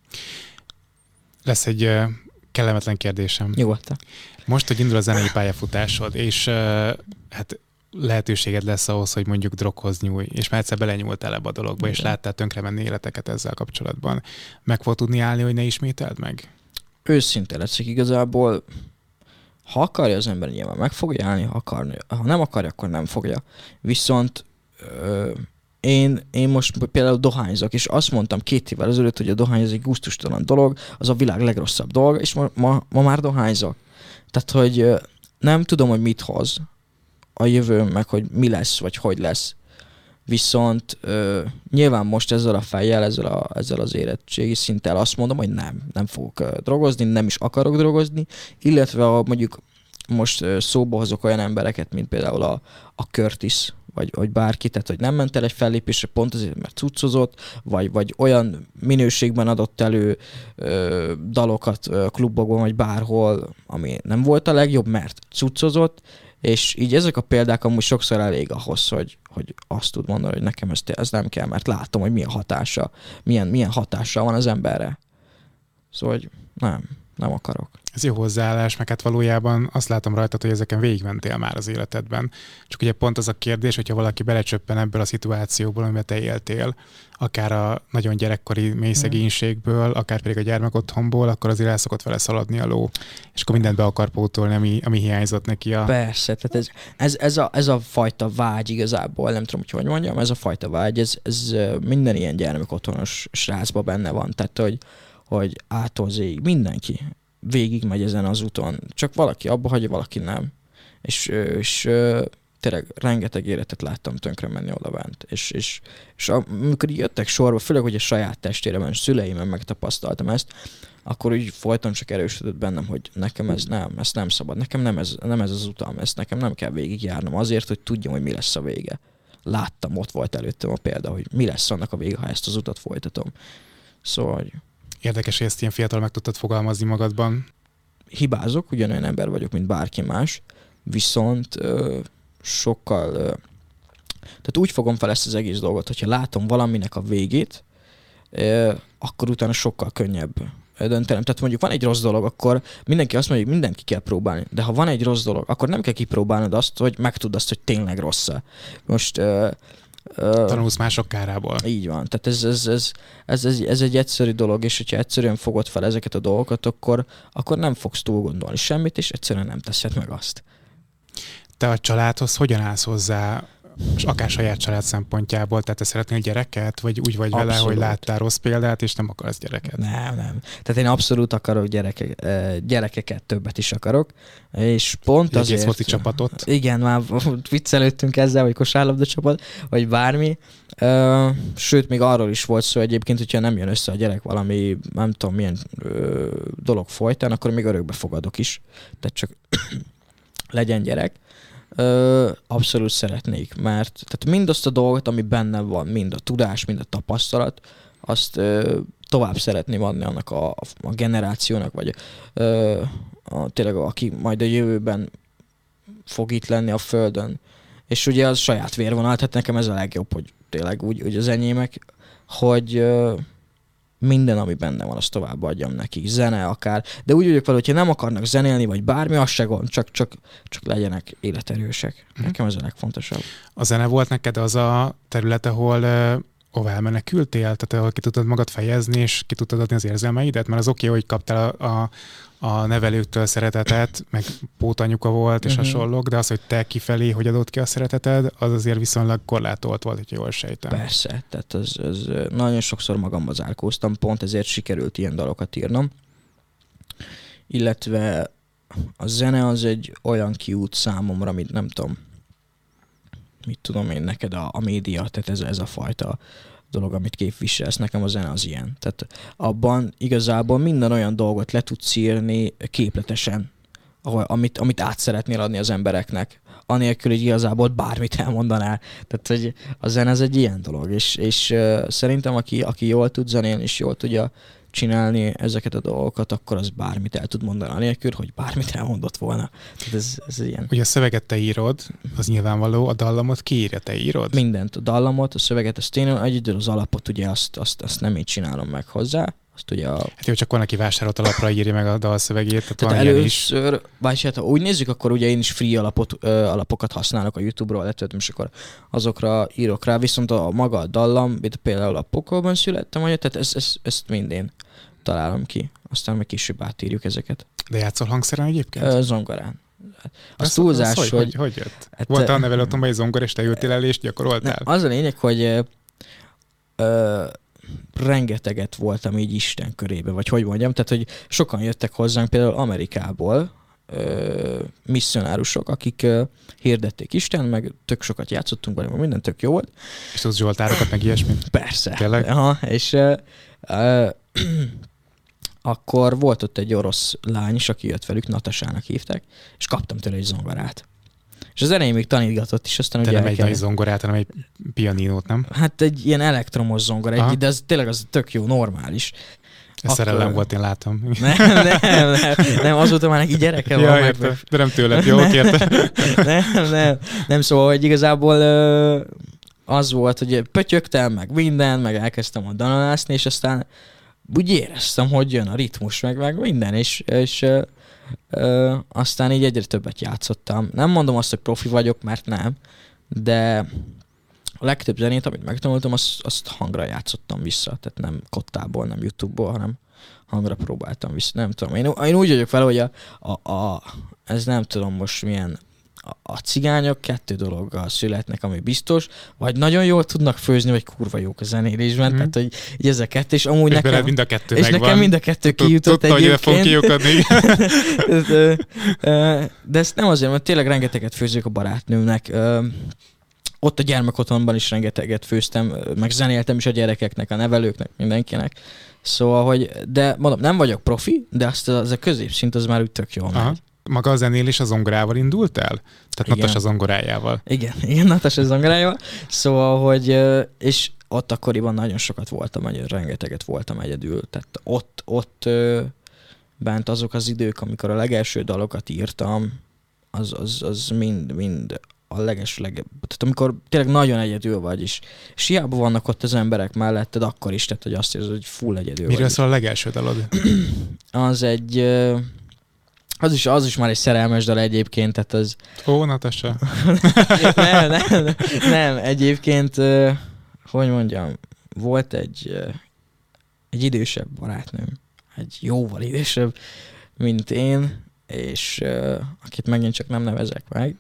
Lesz egy uh, kellemetlen kérdésem. Nyugodtan. Most, hogy indul a zenei pályafutásod, és uh, hát lehetőséged lesz ahhoz, hogy mondjuk droghoz nyúlj, és már egyszer belenyúltál ebbe a dologba, igen, és láttál tönkre menni életeket ezzel kapcsolatban. Meg fog tudni állni, hogy ne ismételd meg? Őszinte leszek igazából. Ha akarja az ember, nyilván meg fogja állni, ha, akarni, ha nem akarja, akkor nem fogja. Viszont ö, Én, én most például dohányzok, és azt mondtam két évvel ezelőtt, hogy a dohány az egy gusztustalan dolog, az a világ legrosszabb dolog, és ma, ma, ma már dohányzok. Tehát, hogy nem tudom, hogy mit hoz a jövő, meg hogy mi lesz, vagy hogy lesz. Viszont ö, nyilván most ezzel a fejjel, ezzel, a, ezzel az érettségi szinttel azt mondom, hogy nem, nem fogok ö, drogozni, nem is akarok drogozni, illetve ha mondjuk most ö, szóba hozok olyan embereket, mint például a, a Curtis, vagy, vagy bárki, tehát hogy nem ment el egy fellépésre pont azért, mert cuccozott, vagy, vagy olyan minőségben adott elő ö, dalokat ö, klubokban, vagy bárhol, ami nem volt a legjobb, mert cuccozott, és így ezek a példák amúgy sokszor elég ahhoz, hogy, hogy azt tud mondani, hogy nekem ez, ez nem kell, mert látom, hogy milyen hatása, milyen, milyen hatással van az emberre. Szóval, hogy nem, nem akarok. Ez jó hozzáállás, meg hát valójában azt látom rajtad, hogy ezeken végigmentél már az életedben. Csak ugye pont az a kérdés, hogyha valaki belecsöppen ebből a szituációból, amiben te éltél, akár a nagyon gyerekkori mély szegénységből, akár pedig a gyermekotthonból, akkor azért el szokott vele szaladni a ló, és akkor mindent be akar pótolni, ami, ami hiányzott neki a... Persze, tehát ez, ez, ez, a, ez a fajta vágy igazából, nem tudom, hogy hogy mondjam, ez a fajta vágy, ez, ez minden ilyen gyermekotthonos srácban benne van, tehát hogy, hogy ától zéig mindenki végig megy ezen az úton. Csak valaki abba hagyja, valaki nem. És, és tényleg rengeteg életet láttam tönkre menni oda bent. És, és, és amikor jöttek sorba, főleg, hogy a saját testéremben, szüleimen megtapasztaltam ezt, akkor úgy folyton csak erősödött bennem, hogy nekem ez nem, ez nem szabad. Nekem nem ez, nem ez az utam, ezt nekem nem kell végigjárnom azért, hogy tudjam, hogy mi lesz a vége. Láttam, ott volt előttem a példa, hogy mi lesz annak a vége, ha ezt az utat folytatom. Szóval... Érdekes, hogy ezt ilyen fiatal meg tudtad fogalmazni magadban. Hibázok, ugyanolyan ember vagyok, mint bárki más, viszont ö, sokkal... Ö, tehát úgy fogom fel ezt az egész dolgot, hogyha látom valaminek a végét, ö, akkor utána sokkal könnyebb döntenem. Tehát mondjuk van egy rossz dolog, akkor mindenki azt mondja, hogy mindent ki kell próbálni. De ha van egy rossz dolog, akkor nem kell kipróbálnod azt, hogy megtudd azt, hogy tényleg rossz-e. Most... Ö, Tanulsz mások kárából. Így van. Tehát ez, ez, ez, ez, ez, ez egy egyszerű dolog, és hogyha egyszerűen fogod fel ezeket a dolgokat, akkor, akkor nem fogsz túl gondolni semmit, és egyszerűen nem teszed meg azt. Te a családhoz hogyan állsz hozzá, és akár saját család szempontjából? Tehát te szeretnél gyereket, vagy úgy vagy abszolút vele, hogy láttál rossz példát, és nem akarsz gyereket? Nem, nem. Tehát én abszolút akarok gyereke, gyerekeket, többet is akarok, és pont egy azért... Egész foci csapatot. Igen, már viccelődtünk ezzel, vagy kosárlabda csapat, vagy bármi. Sőt, még arról is volt szó egyébként, hogyha nem jön össze a gyerek valami, nem tudom milyen dolog folytán, akkor még örökbe fogadok is. Tehát csak legyen gyerek. Ö, abszolút szeretnék, mert tehát mindazt a dolgot, ami benne van, mind a tudás, mind a tapasztalat, azt ö, tovább szeretném adni annak a, a generációnak, vagy ö, a, tényleg aki majd a jövőben fog itt lenni a Földön. És ugye az saját vérvonal, tehát nekem ez a legjobb, hogy tényleg úgy, úgy az enyémek, hogy ö, minden, ami benne van, azt továbbadjam nekik. Zene akár. De úgy vagyok vele, hogyha nem akarnak zenélni, vagy bármi, az se gond, csak, csak, csak legyenek életerősek. Nekem ez a legfontosabb. A zene volt neked az a terület, ahol ahol elmenekültél, tehát ahol ki tudtad magad fejezni, és ki tudtad adni az érzelmeidet? Mert az oké, okay, hogy kaptál a, a, a nevelőktől szeretetet, meg pótanyuka volt, és uh-huh. hasonlók, de az, hogy te kifelé, hogy adott ki a szereteted, az azért viszonylag korlátolt volt, hogy jól sejtem. Persze, tehát az, az nagyon sokszor magamba zárkóztam, pont ezért sikerült ilyen dalokat írnom. Illetve a zene az egy olyan kiút számomra, amit nem tudom, mit tudom én neked, a, a média, tehát ez, ez a fajta dolog, amit képviselsz, nekem a zene az ilyen. Tehát abban igazából minden olyan dolgot le tudsz írni képletesen, ahol, amit, amit át szeretnél adni az embereknek, anélkül, hogy igazából bármit elmondanál. Tehát hogy a zene ez egy ilyen dolog, és, és uh, szerintem aki, aki jól tud zenélni, és jól tudja csinálni ezeket a dolgokat, akkor az bármit el tud mondani, anélkül, hogy bármit elmondott volna. Tehát ez, ez ilyen. Ugye a szöveget te írod, az nyilvánvaló, a dallamot ki írja, te írod? Mindent, a dallamot, a szöveget, azt én egyedül az alapot, ugye azt, azt, azt nem így csinálom meg hozzá. Azt ugye a... Hát jó, csak van, aki vásárolt alapra írja meg a dalszövegét, tehát, tehát van először, vagy hát ha úgy nézzük, akkor ugye én is free alapot, ö, alapokat használok a YouTube-ról, letöltöm, és akkor azokra írok rá, viszont a maga a dallam, mint például a Pokolban születtem, vagy, tehát ezt, ezt, ezt mind én találom ki. Aztán meg később átírjuk ezeket. De játszol hangszeren egyébként? Ö, zongorán. Az túlzás, hogy... Hogy, hogy jött? Hát, volt a nevelőotthonban egy zongor, és te ültél el, és gyakoroltál? Az a lényeg, hogy ö, ö, rengeteget voltam így Isten körébe, vagy hogy mondjam, tehát hogy sokan jöttek hozzánk például Amerikából, ö, misszionárusok, akik ö, hirdették Isten, meg tök sokat játszottunk velük, minden tök jó volt. És tudsz zsoltárokat, meg ilyesmit? Persze. Tényleg? Aha, és ö, ö, akkor volt ott egy orosz lány is, aki jött velük, Natasának hívták, és kaptam tőle egy zongorát. És az elején még tanítgatott is, aztán te ugye... nem egy nagy zongorát, hanem egy pianinót, nem? Hát egy ilyen elektromos zongora, egy, de ez tényleg az tök jó, normális. Ez akkor... szerelem volt, én látom. Nem, nem, nem, nem azóta már neki gyereke ja, van. Érte, meg... De nem tőled, jó, kérte. Nem, nem, nem, szóval, hogy igazából az volt, hogy pötyögtem, meg minden, meg elkezdtem a danonászni, és aztán úgy éreztem, hogy jön a ritmus, meg, meg minden, és, és ö, ö, aztán így egyre többet játszottam. Nem mondom azt, hogy profi vagyok, mert nem, de a legtöbb zenét, amit megtanultam, azt, azt hangra játszottam vissza, tehát nem kottából, nem YouTube-ból, hanem hangra próbáltam vissza. Nem tudom, én, én úgy vagyok fel, hogy a, a, a, ez nem tudom most milyen, a, a cigányok kettő dologgal születnek, ami biztos, vagy nagyon jól tudnak főzni, vagy kurva jók a zenélésben, mm. tehát hogy így ez a kettő, és amúgy és nekem... mind a kettő és megvan. nekem mind a kettő kijutott egyébként. Tudta, hogy kiukadni. De ezt nem azért, mert tényleg rengeteget főzök a barátnőmnek. Ott a gyermekotthonban is rengeteget főztem, meg zenéltem is a gyerekeknek, a nevelőknek, mindenkinek. Szóval, hogy, de mondom, nem vagyok profi, de azt az a középszint az már úgy tök jól megy. Maga a zenélés a zongorával indult el? Tehát Natasha zongorájával. Igen, igen, Natasha zongorájával. Szóval, hogy, és ott akkoriban nagyon sokat voltam, rengeteget voltam egyedül. Tehát ott, ott bent azok az idők, amikor a legelső dalokat írtam, az, az, az mind, mind a leges legebb. Tehát amikor tényleg nagyon egyedül vagy is. És hiába vannak ott az emberek melletted, akkor is, tehát hogy azt érzed, hogy full egyedül vagy. Miről szól a legelső dalod? Az egy... Az is, az is már egy szerelmes dal egyébként, tehát az... Ó, Natasha. nem, nem, nem, egyébként, hogy mondjam, volt egy, egy idősebb barátnőm, egy jóval idősebb, mint én, és akit megint csak nem nevezek meg,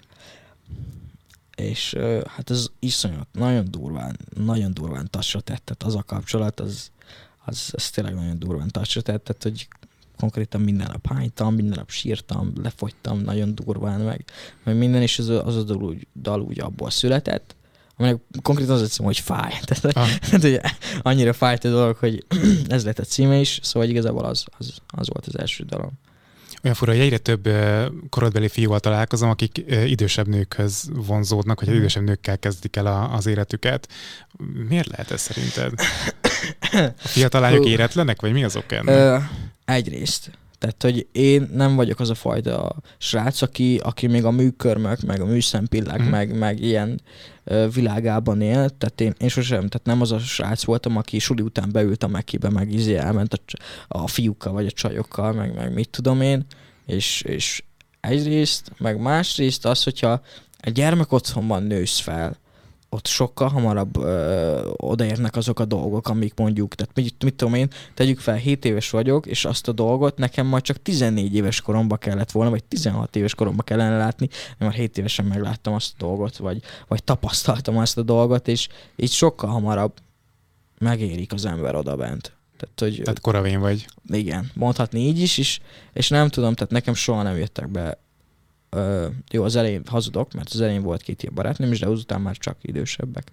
és hát ez iszonyat, nagyon durván, nagyon durván tacsra tett, tehát az a kapcsolat, az, az, az tényleg nagyon durván tacsra tett, tehát hogy konkrétan minden nap hánytam, minden nap sírtam, lefogytam nagyon durván meg, meg minden, és az, az a dal úgy, dal úgy abból született, aminek konkrétan az a cím, hogy fáj. Tehát, ah. hogy annyira fájt a dolog, hogy ez lett a címe is, szóval igazából az, az, az volt az első dalom. Olyan fura, hogy egyre több korodbeli fiúval találkozom, akik idősebb nőkhöz vonzódnak, vagy idősebb nőkkel kezdik el a, az életüket. Miért lehet ez szerinted? A fiatal lányok éretlenek, vagy mi az ok ennek? Ö, egyrészt. Tehát, hogy én nem vagyok az a fajta srác, aki, aki még a műkörmök, meg a műszempillák, mm. meg, meg ilyen ö, világában él. Tehát én, én sosem, tehát nem az a srác voltam, aki suli után beült a Mekibe, meg izé elment a, a fiúkkal, vagy a csajokkal, meg, meg mit tudom én. És, és egyrészt, meg másrészt az, hogyha egy gyermek otthonban nősz fel, ott sokkal hamarabb ö, odaérnek azok a dolgok, amik mondjuk, tehát mit, mit tudom én, tegyük fel, hét éves vagyok, és azt a dolgot nekem majd csak tizennégy éves koromban kellett volna, vagy tizenhat éves koromban kellene látni, mert már hét évesen megláttam azt a dolgot, vagy, vagy tapasztaltam azt a dolgot, és így sokkal hamarabb megérik az ember odabent. Tehát, hogy, tehát koravén vagy. Igen, mondhatni így is, és, és nem tudom, tehát nekem soha nem jöttek be. Ö, jó, az elején hazudok, mert az elején volt két ilyen barátnőm is, de azután már csak idősebbek.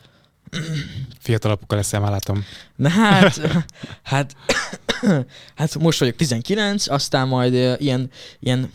Fiatal apuka leszel, már látom. Na hát, hát, hát most vagyok tizenkilenc, aztán majd uh, ilyen, ilyen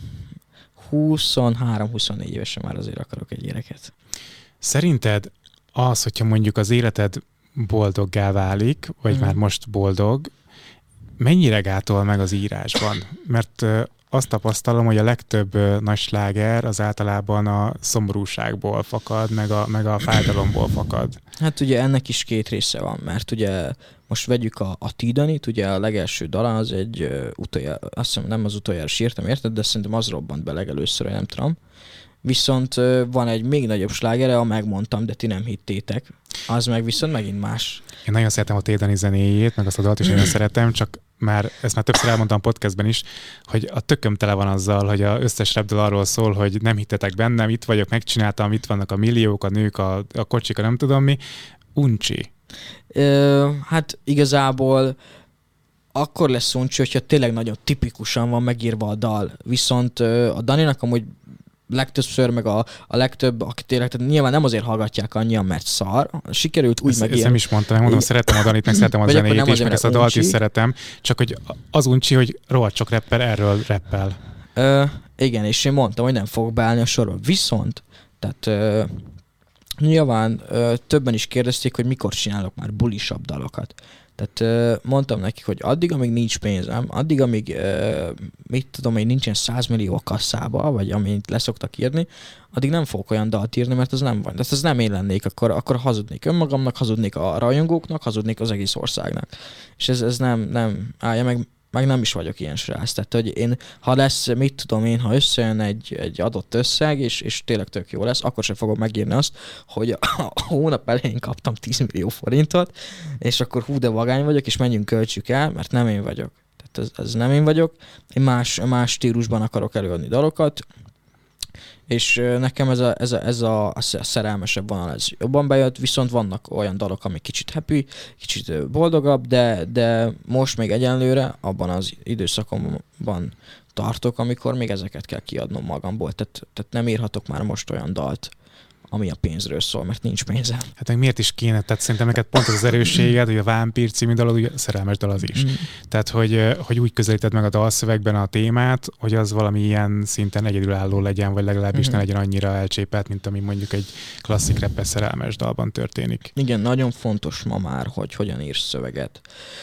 huszonhárom-huszonnégy évesen már azért akarok egy gyereket. Szerinted az, hogyha mondjuk az életed boldoggá válik, vagy mm. már most boldog, mennyire gátol meg az írásban? Mert uh, azt tapasztalom, hogy a legtöbb uh, nagy sláger az általában a szomorúságból fakad, meg a, meg a fájdalomból fakad. Hát ugye ennek is két része van, mert ugye most vegyük a, a Tidanit, ugye a legelső dala az egy uh, utoljára, azt hiszem nem az utoljára sírtam, érted, de szerintem az robbant be legelőször, nem tudom. Viszont uh, van egy még nagyobb slágere, a Megmondtam, de ti nem hittétek. Az meg viszont megint más. Én nagyon szeretem a Tidani zenéjét, meg azt a dalt is nagyon szeretem, csak már ezt már többször elmondtam podcastben is, hogy a tököm tele van azzal, hogy az összes rapdal arról szól, hogy nem hittetek bennem, itt vagyok, megcsináltam, itt vannak a milliók, a nők, a, a kocsik, a nem tudom mi. Uncsi. Ö, hát igazából akkor lesz uncsi, hogyha tényleg nagyon tipikusan van megírva a dal. Viszont a Daninak amúgy legtöbbször, meg a, a legtöbb, aki tényleg, tehát nyilván nem azért hallgatják annyian, mert szar. Sikerült úgy megírni. Ezt nem is mondtam, megmondom, szeretem a Danit, meg szeretem a zenéjét is, meg ezt a dalt is szeretem, csak hogy az uncsi, hogy rohadt sok rapper erről rappel. Ö, igen, és én mondtam, hogy nem fogok beállni a sorba. Viszont, tehát ö, nyilván ö, többen is kérdezték, hogy mikor csinálok már bulisabb dalokat. Tehát uh, mondtam nekik, hogy addig, amíg nincs pénzem, addig, amíg uh, mit tudom, hogy nincsen száz millió a kasszába, vagy amit leszoktak írni, addig nem fogok olyan dalt írni, mert az nem van. Tehát ez nem én lennék, akkor, akkor hazudnék önmagamnak, hazudnék a rajongóknak, hazudnék az egész országnak. És ez, ez nem, nem állja meg, meg nem is vagyok ilyen srác. Tehát, hogy én, ha lesz, mit tudom én, ha összejön egy, egy adott összeg, és, és tényleg tök jó lesz, akkor sem fogom megírni azt, hogy a, a hónap elején kaptam tíz millió forintot, és akkor hú de vagány vagyok, és menjünk, költsük el, mert nem én vagyok. Tehát ez, ez nem én vagyok. Én más, más stílusban akarok előadni dalokat, és nekem ez a, ez a, ez a, a szerelmesebb vonal ez jobban bejött, viszont vannak olyan dalok, amik kicsit happy, kicsit boldogabb, de, de most még egyenlőre abban az időszakomban tartok, amikor még ezeket kell kiadnom magamból. Tehát, tehát nem írhatok már most olyan dalt, ami a pénzről szól, mert nincs pénzem. Hát meg miért is kéne? Tehát szerintem neked pont az, az erősséged, hogy a Vámpír című dalod, ugye szerelmes dal az is. Mm. Tehát, hogy, hogy úgy közelíted meg a dalszövegben a témát, hogy az valami ilyen szinten egyedülálló legyen, vagy legalábbis mm. ne legyen annyira elcsépelt, mint ami mondjuk egy klasszik rappes szerelmes dalban történik. Igen, nagyon fontos ma már, hogy hogyan írsz szöveget.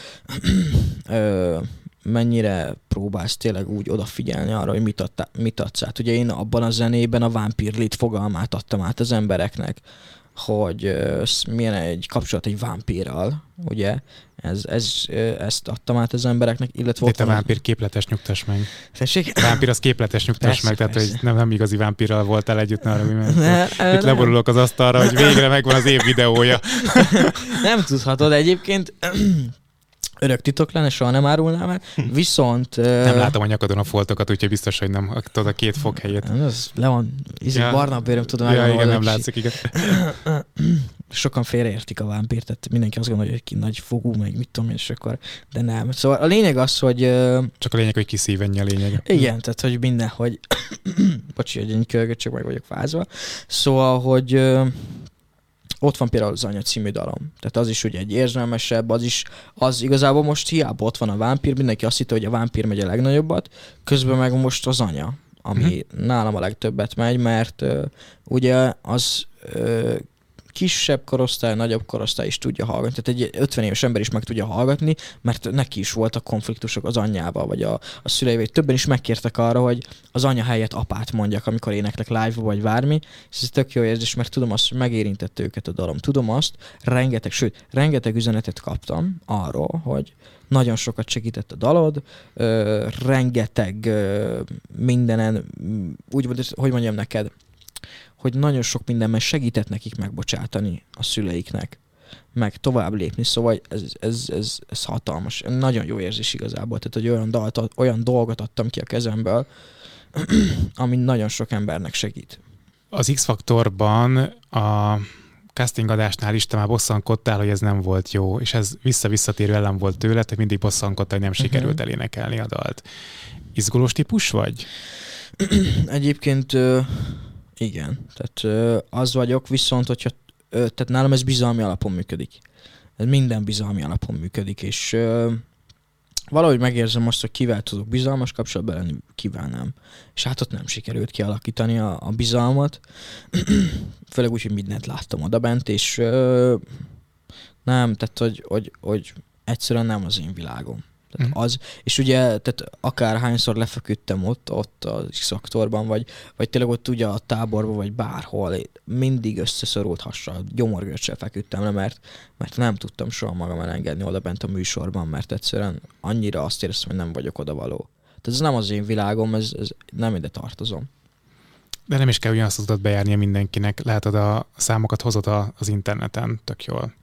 Ö, mennyire próbálsz tényleg úgy odafigyelni arra, hogy mit, adta, mit adsz át. Ugye én abban a zenében a vámpírlit fogalmát adtam át az embereknek, hogy uh, milyen egy kapcsolat egy vámpírral, ugye? Ez, ez, uh, ezt adtam át az embereknek, illetve... De te vámpír képletes nyugtass meg. Tessék? Vámpír az képletes nyugtass persze, meg, tehát hogy nem, nem igazi vámpírral voltál együtt, arra, mi ment. Ne, Itt ne. Leborulok az asztalra, hogy végre megvan az év videója. Nem tudhatod egyébként... Örök titok lenne, soha nem árulnám el, viszont... Nem uh, látom a nyakadon a foltokat, úgyhogy biztos, hogy nem. Tudod, a két fog helyét. Ez le van, ez ja. barna bőröm, tudom. Ja, igen, nem látszik, igen. Sokan félreértik a vámpírt, tehát mindenki azt gondolja, hogy ki nagy fogú, meg mit tudom én, és akkor, de nem. Szóval a lényeg az, hogy... Uh, Csak a lényeg, hogy kiszívenje a lényeg. Igen, tehát, hogy minden, hogy... Bocsi, hogy én kölgök, csak meg vagyok fázva. Szóval, hogy... Uh, ott van például az Anya című dalom. Tehát az is ugye egy érzelmesebb, az is, az igazából most hiába ott van a Vámpír, mindenki azt hitte, hogy a Vámpír megy a legnagyobbat, közben meg most az Anya, ami uh-huh. nálam a legtöbbet megy, mert uh, ugye az uh, kisebb korosztály, nagyobb korosztály is tudja hallgatni. Tehát egy ötven éves ember is meg tudja hallgatni, mert neki is voltak konfliktusok az anyjával, vagy a, a szüleivel. Többen is megkértek arra, hogy az anya helyett apát mondjak, amikor éneklek live-ba, vagy bármi. És ez tök jó érzés, mert tudom azt, hogy megérintett őket a dalom. Tudom azt, rengeteg, sőt, rengeteg üzenetet kaptam arról, hogy nagyon sokat segített a dalod, ö, rengeteg ö, mindenen, úgy, hogy mondjam neked, hogy nagyon sok mindenben segített nekik megbocsátani a szüleiknek, meg tovább lépni, szóval ez, ez, ez, ez hatalmas. Nagyon jó érzés igazából, tehát hogy olyan, dalt, olyan dolgot adtam ki a kezemből, ami nagyon sok embernek segít. Az X-Faktorban a casting adásnál is te már bosszankodtál, hogy ez nem volt jó, és ez vissza-visszatérő ellen volt tőle, te mindig bosszankodtál, hogy nem uh-huh. sikerült elénekelni a dalt. Izgulós típus vagy? Egyébként igen, tehát ö, az vagyok, viszont hogyha, ö, tehát nálam ez bizalmi alapon működik. Ez minden bizalmi alapon működik, és ö, valahogy megérzem azt, hogy kivel tudok bizalmas kapcsolatban lenni, kivel nem. És hát ott nem sikerült kialakítani a, a bizalmat, főleg úgy, hogy mindent láttam odabent, és ö, nem, tehát hogy, hogy, hogy egyszerűen nem az én világom. Tehát az, és ugye, tehát akár hányszor lefeküdtem ott, ott az X-Faktorban, vagy, vagy tényleg ott ugye a táborban, vagy bárhol, mindig összeszorult hassal, gyomorgörcsel feküdtem le, mert, mert nem tudtam soha magam elengedni oda bent a műsorban, mert egyszerűen annyira azt éreztem, hogy nem vagyok odavaló. Tehát ez nem az én világom, ez, ez nem ide tartozom. De nem is kell ugyanazt az utat bejárnia mindenkinek. Látod, a számokat hozod a, az interneten, tök jól.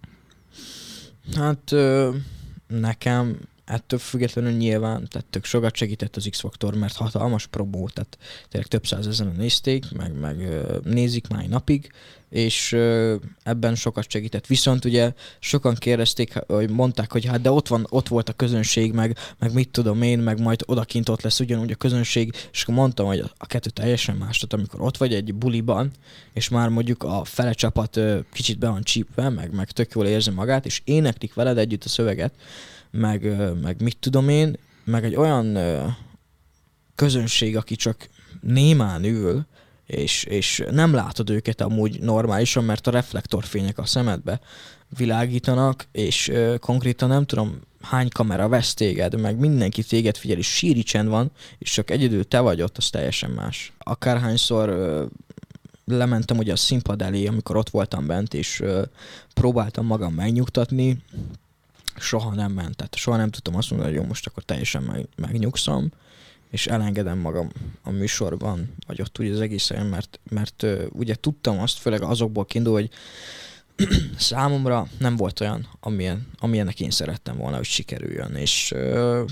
Hát ö, nekem ettől függetlenül nyilván, tehát tök sokat segített az X-Faktor, mert hatalmas promó, tehát tényleg több százezren nézték, meg, meg ö, nézik már napig, és ö, ebben sokat segített. Viszont ugye sokan kérdezték, hogy mondták, hogy hát de ott, van, ott volt a közönség, meg, meg mit tudom én, meg majd odakint ott lesz ugyanúgy a közönség, és akkor mondtam, hogy a kettő teljesen más, tehát amikor ott vagy egy buliban, és már mondjuk a fele csapat ö, kicsit be van csípve, meg, meg tök jól érzi magát, és éneklik veled együtt a szöveget, meg, meg mit tudom én, meg egy olyan ö, közönség, aki csak némán ül, és, és nem látod őket amúgy normálisan, mert a reflektorfények a szemedbe világítanak, és ö, konkrétan nem tudom hány kamera vesz téged, meg mindenki téged figyel, és síri csend van, és csak egyedül te vagy ott, az teljesen más. Akárhányszor ö, lementem ugye a színpad elé, amikor ott voltam bent, és ö, próbáltam magam megnyugtatni, soha nem ment, tehát soha nem tudtam azt mondani, hogy jó, most akkor teljesen meg, megnyugszom, és elengedem magam a műsorban, vagy ott ugye az egész helyen, mert, mert uh, ugye tudtam azt, főleg azokból kiindul, hogy számomra nem volt olyan, amilyen, amilyennek én szerettem volna, hogy sikerüljön, és uh,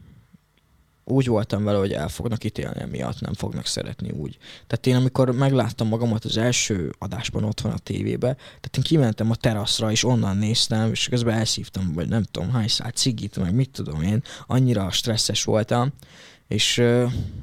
úgy voltam vele, hogy el fognak ítélni emiatt, nem fognak szeretni úgy. Tehát én amikor megláttam magamat az első adásban otthon a tévébe, tehát én kimentem a teraszra, és onnan néztem, és közben elszívtam, vagy nem tudom hány szál cigit, meg mit tudom én, annyira stresszes voltam, és ö,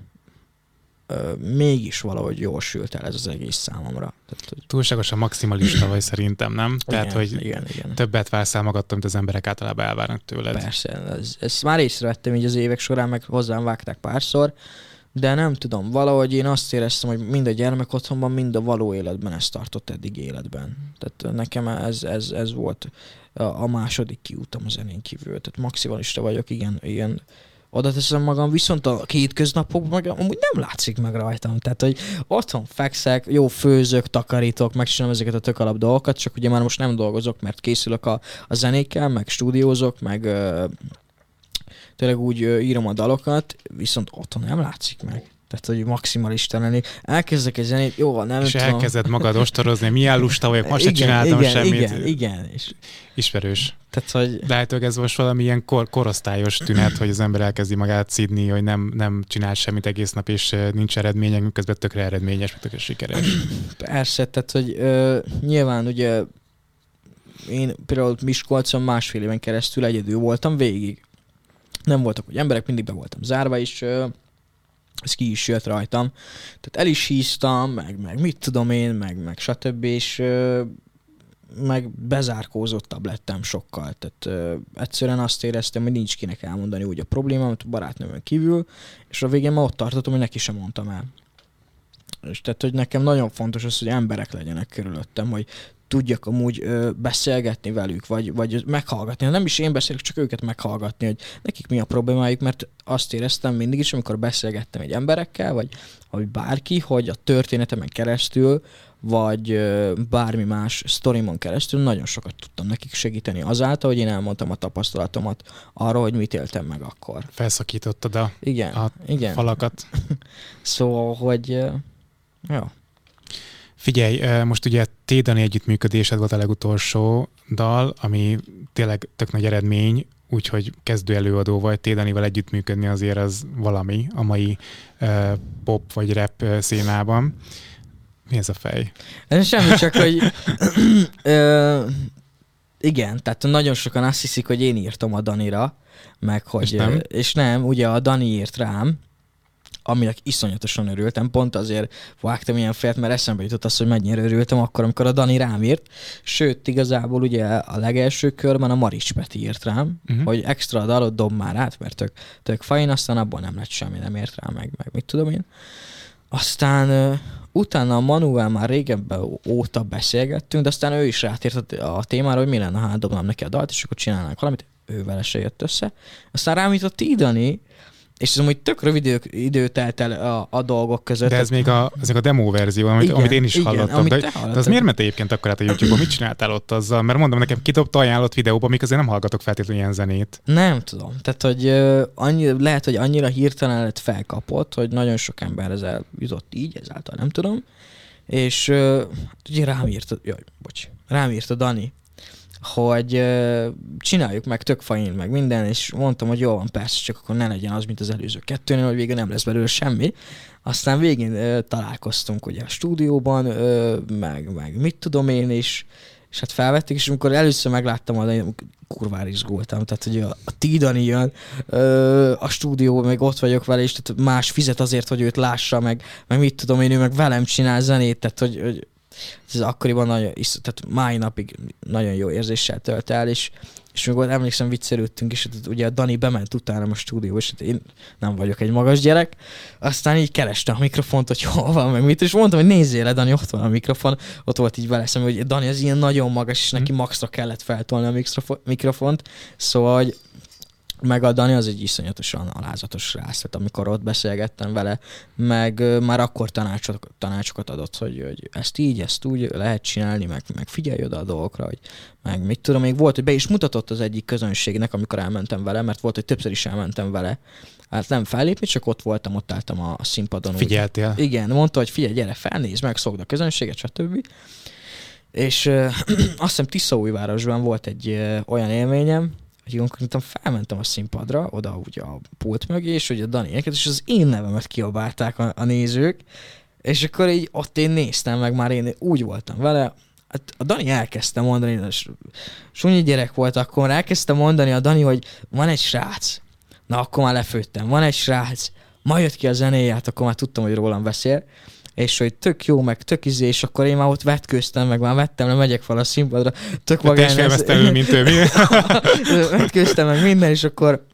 ö, mégis valahogy jól sült el ez az egész számomra. Tehát, hogy... Túlságosan maximalista vagy szerintem, nem? Tehát, igen, hogy igen, igen. többet vársz el magadtól, mint az emberek általában elvárnak tőled. Persze, ez, ezt már észrevettem így az évek során, meg hozzám vágták párszor, de nem tudom, valahogy én azt éreztem, hogy mind a gyermek otthonban, mind a való életben ezt tartott eddig életben. Tehát nekem ez, ez, ez volt a második kiútam a zenén kívül. Tehát maximalista vagyok, igen, igen. Oda teszem magam, viszont a hétköznapokban meg amúgy nem látszik meg rajtam. Tehát, hogy otthon fekszek, jó főzök, takarítok, megcsinálom ezeket a tök alap dolgokat, csak ugye már most nem dolgozok, mert készülök a, a zenékkel, meg stúdiózok, meg ö, tényleg úgy ö, írom a dalokat, viszont otthon nem látszik meg. Tehát, hogy maximalista lennék. Elkezdek egy zenét, jó, nem és tudom. elkezded magad ostorozni, milyen lusta vagyok, most se igen, csináltam igen, semmit. Igen, igen. És... Ismerős. Tehát, hogy... De hát ez most valami ilyen kor- korosztályos tünet, hogy az ember elkezdi magát szidni, hogy nem, nem csinál semmit egész nap, és nincs eredménye, miközben tökre eredményes, meg tökre sikeres. Persze, tehát, hogy ö, nyilván ugye én például Miskolcon másfél éven keresztül egyedül voltam végig. Nem voltak, hogy emberek, mindig be voltam zárva, és ö, ez ki is jött rajtam. Tehát el is híztam, meg, meg mit tudom én, meg, meg stb. És ö, meg bezárkózottabb lettem sokkal. Tehát ö, egyszerűen azt éreztem, hogy nincs kinek elmondani úgy a problémámat a barátnőmön kívül, és a végén már ott tartottam, hogy neki sem mondtam el. És tehát, hogy nekem nagyon fontos az, hogy emberek legyenek körülöttem, hogy tudjak amúgy ö, beszélgetni velük, vagy, vagy meghallgatni. Nem is én beszélek, csak őket meghallgatni, hogy nekik mi a problémájuk, mert azt éreztem mindig is, amikor beszélgettem egy emberekkel, vagy, vagy bárki, hogy a történetemen keresztül, vagy ö, bármi más sztorimon keresztül nagyon sokat tudtam nekik segíteni azáltal, hogy én elmondtam a tapasztalatomat arról, hogy mit éltem meg akkor. Felszakítottad a, igen, a igen. falakat. Szóval, hogy ö, ja. Figyelj, most ugye T-Dani együttműködésed volt a legutolsó dal, ami tényleg tök nagy eredmény, úgyhogy kezdő előadó vagy, T-Danival együttműködni azért az valami a mai uh, pop vagy rap szénában. Mi ez a fej? Ez semmi, csak hogy ö, igen, tehát nagyon sokan azt hiszik, hogy én írtam a Danira, meg hogy, és nem, és nem ugye a Dani írt rám, aminek iszonyatosan örültem, pont azért vágtam ilyen fejet, mert eszembe jutott az, hogy mennyire örültem akkor, amikor a Dani rám írt. Sőt, igazából ugye a legelső körben a Marics Peti írt rám, uh-huh. hogy extra dalot dob már át, mert tök, tök fajn, aztán abból nem lett semmi, nem ért rám, meg, meg mit tudom én. Aztán uh, utána a Manuel már régebben óta beszélgettünk, de aztán ő is rátért a, a témára, hogy mi lenne, ha dobnám neki a dalt, és akkor csinálnánk valamit, ő vele se jött össze. Aztán rám jutott T-Dani, és ez amúgy tök rövid idő, idő telt el a, a dolgok között. De ez még a, ez még a demo verzió, amit, igen, amit én is igen, hallottam. De, de az miért ment egyébként akkor át a YouTube-on? Mit csináltál ott azzal? Mert mondom, nekem kidobta ajánlott videóban, amik azért nem hallgatok feltétlenül ilyen zenét. Nem tudom. Tehát, hogy uh, annyi, lehet, hogy annyira hirtelen lett felkapott, hogy nagyon sok ember ezzel jutott így, ezáltal nem tudom. És uh, ugye rám írt, jaj, bocs, rám írt a Dani, hogy uh, csináljuk meg, tök fajn, meg minden, és mondtam, hogy jó van, persze, csak akkor ne legyen az, mint az előző kettőnél, hogy végül nem lesz belőle semmi. Aztán végén uh, találkoztunk ugye a stúdióban, uh, meg, meg mit tudom én is, és hát felvették, és amikor először megláttam, hogy kurvára izgultam, tehát hogy a, a T-Dani jön uh, a stúdióban, meg ott vagyok vele, és tehát más fizet azért, hogy őt lássa, meg, meg mit tudom én, ő meg velem csinál zenét, tehát hogy, hogy ez akkoriban nagyon, tehát máj napig nagyon jó érzéssel tölt el, és, és még emlékszem, viccelődtünk, és ugye a Dani bement utánam a stúdióba, és én nem vagyok egy magas gyerek, aztán így kerestem a mikrofont, hogy hol van, meg mit, és mondtam, hogy nézzél le, Dani, ott van a mikrofon, ott volt így vele szemben, hogy Dani az ilyen nagyon magas, és neki maxra kellett feltolni a mikrofont, szóval, hogy meg a Dani az egy iszonyatosan alázatos srác, tehát amikor ott beszélgettem vele, meg uh, már akkor tanácsot, tanácsokat adott, hogy, hogy ezt így, ezt úgy lehet csinálni, meg, meg figyelj oda a dolgokra, hogy meg mit tudom, még volt, hogy be is mutatott az egyik közönségnek, amikor elmentem vele, mert volt, hogy többször is elmentem vele. Hát nem fellépni, csak ott voltam, ott álltam a, a színpadon. Figyeltél? Úgy. Igen, mondta, hogy figyelj, gyere fel, nézd meg, szokd a közönséget, stb. És uh, azt hiszem Tiszaújvárosban volt egy uh, olyan élményem, hogy konkrétan felmentem a színpadra, oda ugye a pult mögé, és ugye a Dani éneket, és az én nevemet kiabálták a, a nézők, és akkor így ott én néztem meg, már én úgy voltam vele, hát a Dani elkezdte mondani, sunyi gyerek volt akkor, elkezdte mondani a Dani, hogy van egy srác, na akkor már lefőttem, van egy srác, majd jött ki a zenéje, hát akkor már tudtam, hogy rólam beszél, és hogy tök jó, meg tök izé, és akkor én már ott vetkőztem, meg már vettem le, megyek fel a színpadra, tök magány. Te is felvesztem ő, mint ő, mi? Vetkőztem, meg minden, és akkor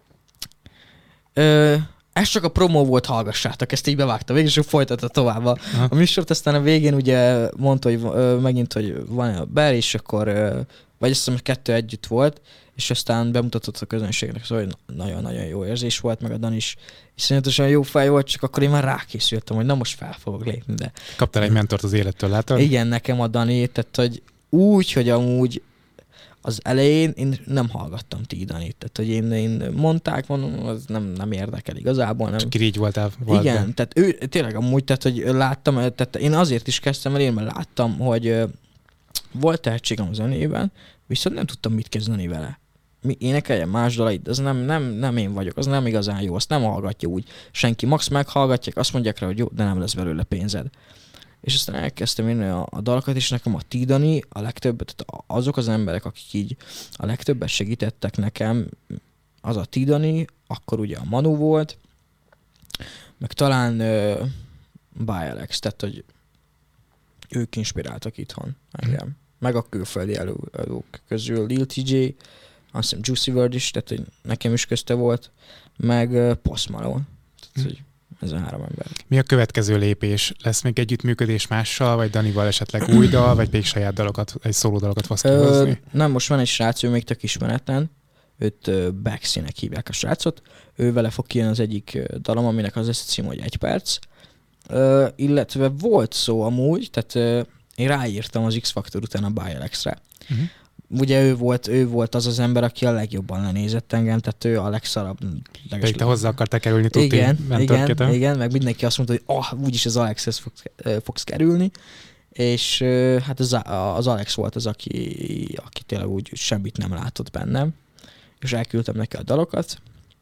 ö, ez csak a promó volt, hallgassátok, ezt így bevágtam végül, és folytatta tovább a, a műsort, aztán a végén ugye mondta, hogy ö, megint, hogy van a ber, és akkor, ö, vagy azt hiszem, hogy kettő együtt volt, és aztán bemutatott a közönségnek, szóval nagyon-nagyon jó érzés volt, meg a Dan is iszonyatosan jó fej volt, csak akkor én már rákészültem, hogy na most fel fogok lépni, de... Kaptál egy mentort az élettől, látod? Igen, nekem a Dani, tehát hogy úgy, hogy amúgy az elején én nem hallgattam T-Danit, tehát hogy én, én mondták, mondom, az nem, nem érdekel igazából. Nem. Csak így voltál. Igen, be. Tehát ő tényleg amúgy, tehát hogy láttam, tehát én azért is kezdtem el, én mert láttam, hogy volt tehetségem a zenében, viszont nem tudtam mit kezdeni vele. Mi énekeljen más dalait, az nem, nem, nem én vagyok, az nem igazán jó, azt nem hallgatja úgy. Senki, max meghallgatják, azt mondják rá, hogy jó, de nem lesz belőle pénzed. És aztán elkezdtem írni a, a dalokat, és nekem a T-Dani a legtöbbet, tehát azok az emberek, akik így a legtöbbet segítettek nekem, az a T-Dani, akkor ugye a Manu volt, meg talán uh, By Alex, tehát hogy ők inspiráltak itthon engem. meg a külföldi előadók közül Lil té jé, azt hiszem Juicy world is, tehát hogy nekem is közte volt, meg uh, Post Malone. Tehát, hogy ez a három ember. Mi a következő lépés? Lesz még együttműködés mással, vagy Danival esetleg új dal, vagy még saját dalokat, egy szóló dalokat fogsz kihozni? Nem, most van egy srác, ő még tök ismeretlen, őt uh, Baxi-nek hívják a srácot, ő vele fog kijönni az egyik uh, dalom, aminek az lesz a cím, hogy egy perc. Uh, illetve volt szó amúgy, tehát uh, én ráírtam az X-Factor után a Bialexre. Uh-huh. Ugye ő volt, ő volt az az ember, aki a legjobban lenézett engem, tehát ő a legszarabb. Leges... Te hozzá akartál kerülni, tudni igen, igen, igen, meg mindenki azt mondta, hogy oh, úgyis az Alexhez fogsz, fogsz kerülni, és hát az, az Alex volt az, aki, aki tényleg úgy semmit nem látott bennem, és elküldtem neki a dalokat,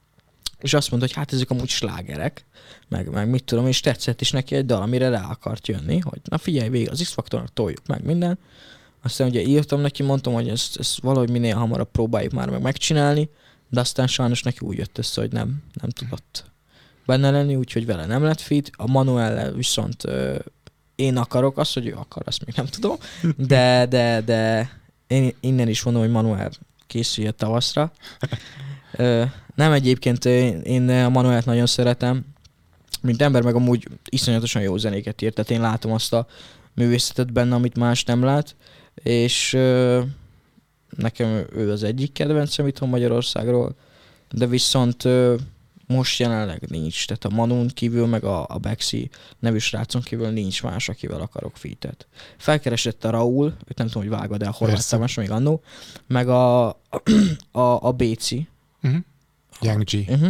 és azt mondta, hogy hát ezek amúgy slágerek, meg, meg mit tudom, és tetszett is neki egy dal, amire rá akart jönni, hogy na figyelj végig, az X-Factornak toljuk meg minden. Aztán ugye írtam neki, mondtam, hogy ezt, ezt valahogy minél hamarabb próbáljuk már meg megcsinálni, de aztán sajnos neki úgy jött össze, hogy nem, nem tudott benne lenni, úgyhogy vele nem lett fit. A Manuellel viszont ö, én akarok, azt, hogy ő akar, azt még nem tudom, de, de, de én innen is mondom, hogy Manuel készülj tavaszra. Ö, nem egyébként, én, én a Manuelt nagyon szeretem, mint ember, meg amúgy iszonyatosan jó zenéket írt, tehát én látom azt a művészetet benne, amit más nem lát, és ö, nekem ő az egyik kedvencem itthon Magyarországról, de viszont ö, most jelenleg nincs, tehát a Manun kívül, meg a, a Baxi nevű srácon kívül nincs más, akivel akarok featet. Felkeresett a Raúl, őt nem tudom, hogy vágod, de a horvát számos még annó, meg a, a, a Béci. Uh-huh. Young G. Uh-huh.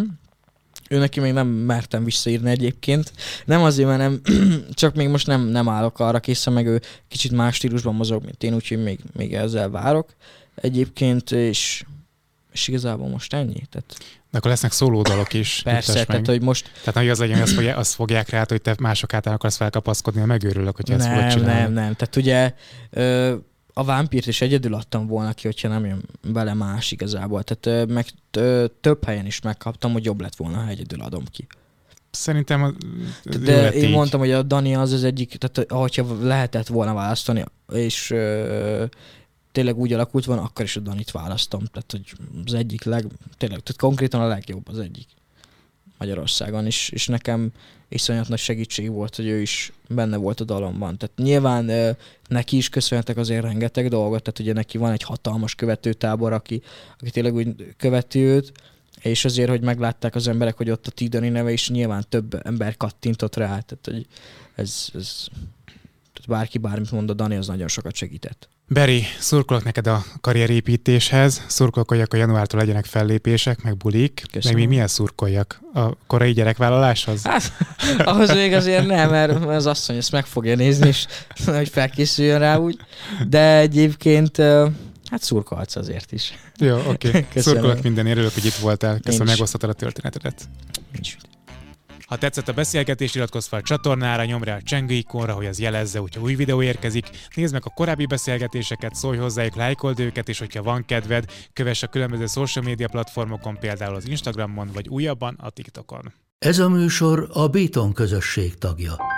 Ő neki még nem mertem visszaírni egyébként. Nem azért, mert nem, csak még most nem, nem állok arra készen, meg ő kicsit más stílusban mozog, mint én, úgyhogy még, még ezzel várok egyébként, és, és igazából most ennyi. Tehát... De akkor lesznek szólódalok is. Persze, tehát hogy most... Tehát nagy az legyen, hogy azt, fogják, azt fogják rá, hogy te mások által akarsz felkapaszkodni, mert megőrülök, hogyha ezt fogod csinálni. Nem, nem, tehát ugye ö, a Vámpírt is egyedül adtam volna ki, hogyha nem jön bele más igazából. Tehát ö, meg ö, több helyen is megkaptam, hogy jobb lett volna, ha egyedül adom ki. Szerintem a, de én így. Mondtam, hogy a Dani az az egyik, tehát ahogyha lehetett volna választani, és ö, tényleg úgy alakult van, akkor is a Danit választom. Tehát, hogy az egyik leg, tényleg, tehát konkrétan a legjobb az egyik Magyarországon is, és nekem iszonyat nagy segítség volt, hogy ő is benne volt a dalomban. Tehát nyilván ö, neki is köszönhetek azért rengeteg dolgot, tehát ugye neki van egy hatalmas követőtábor, aki, aki tényleg úgy követi őt, és azért, hogy meglátták az emberek, hogy ott a T-Dani neve is, nyilván több ember kattintott rá, tehát hogy ez, ez tehát bárki bármit mond, a Dani az nagyon sokat segített. Beri, szurkolok neked a karrierépítéshez, szurkolkoljak a januártól legyenek fellépések, meg bulik, Köszönöm. Meg még milyen szurkoljak? A korai gyerekvállaláshoz? Hát, ahhoz még azért nem, mert az asszony ezt meg fogja nézni, és hogy felkészüljön rá úgy, de egyébként hát szurkolhatsz azért is. Jó, oké. Okay. Szurkolok minden, örülök, hogy itt voltál. Köszönöm, megosztottad a történetedet. Nincs. Ha tetszett a beszélgetés, iratkozz fel a csatornára, nyomj rá a csengő ikonra, hogy az jelezze, hogyha új videó érkezik. Nézd meg a korábbi beszélgetéseket, szólj hozzájuk, lájkold őket, és hogyha van kedved, kövess a különböző social media platformokon, például az Instagramon, vagy újabban a TikTokon. Ez a műsor a Béton közösség tagja.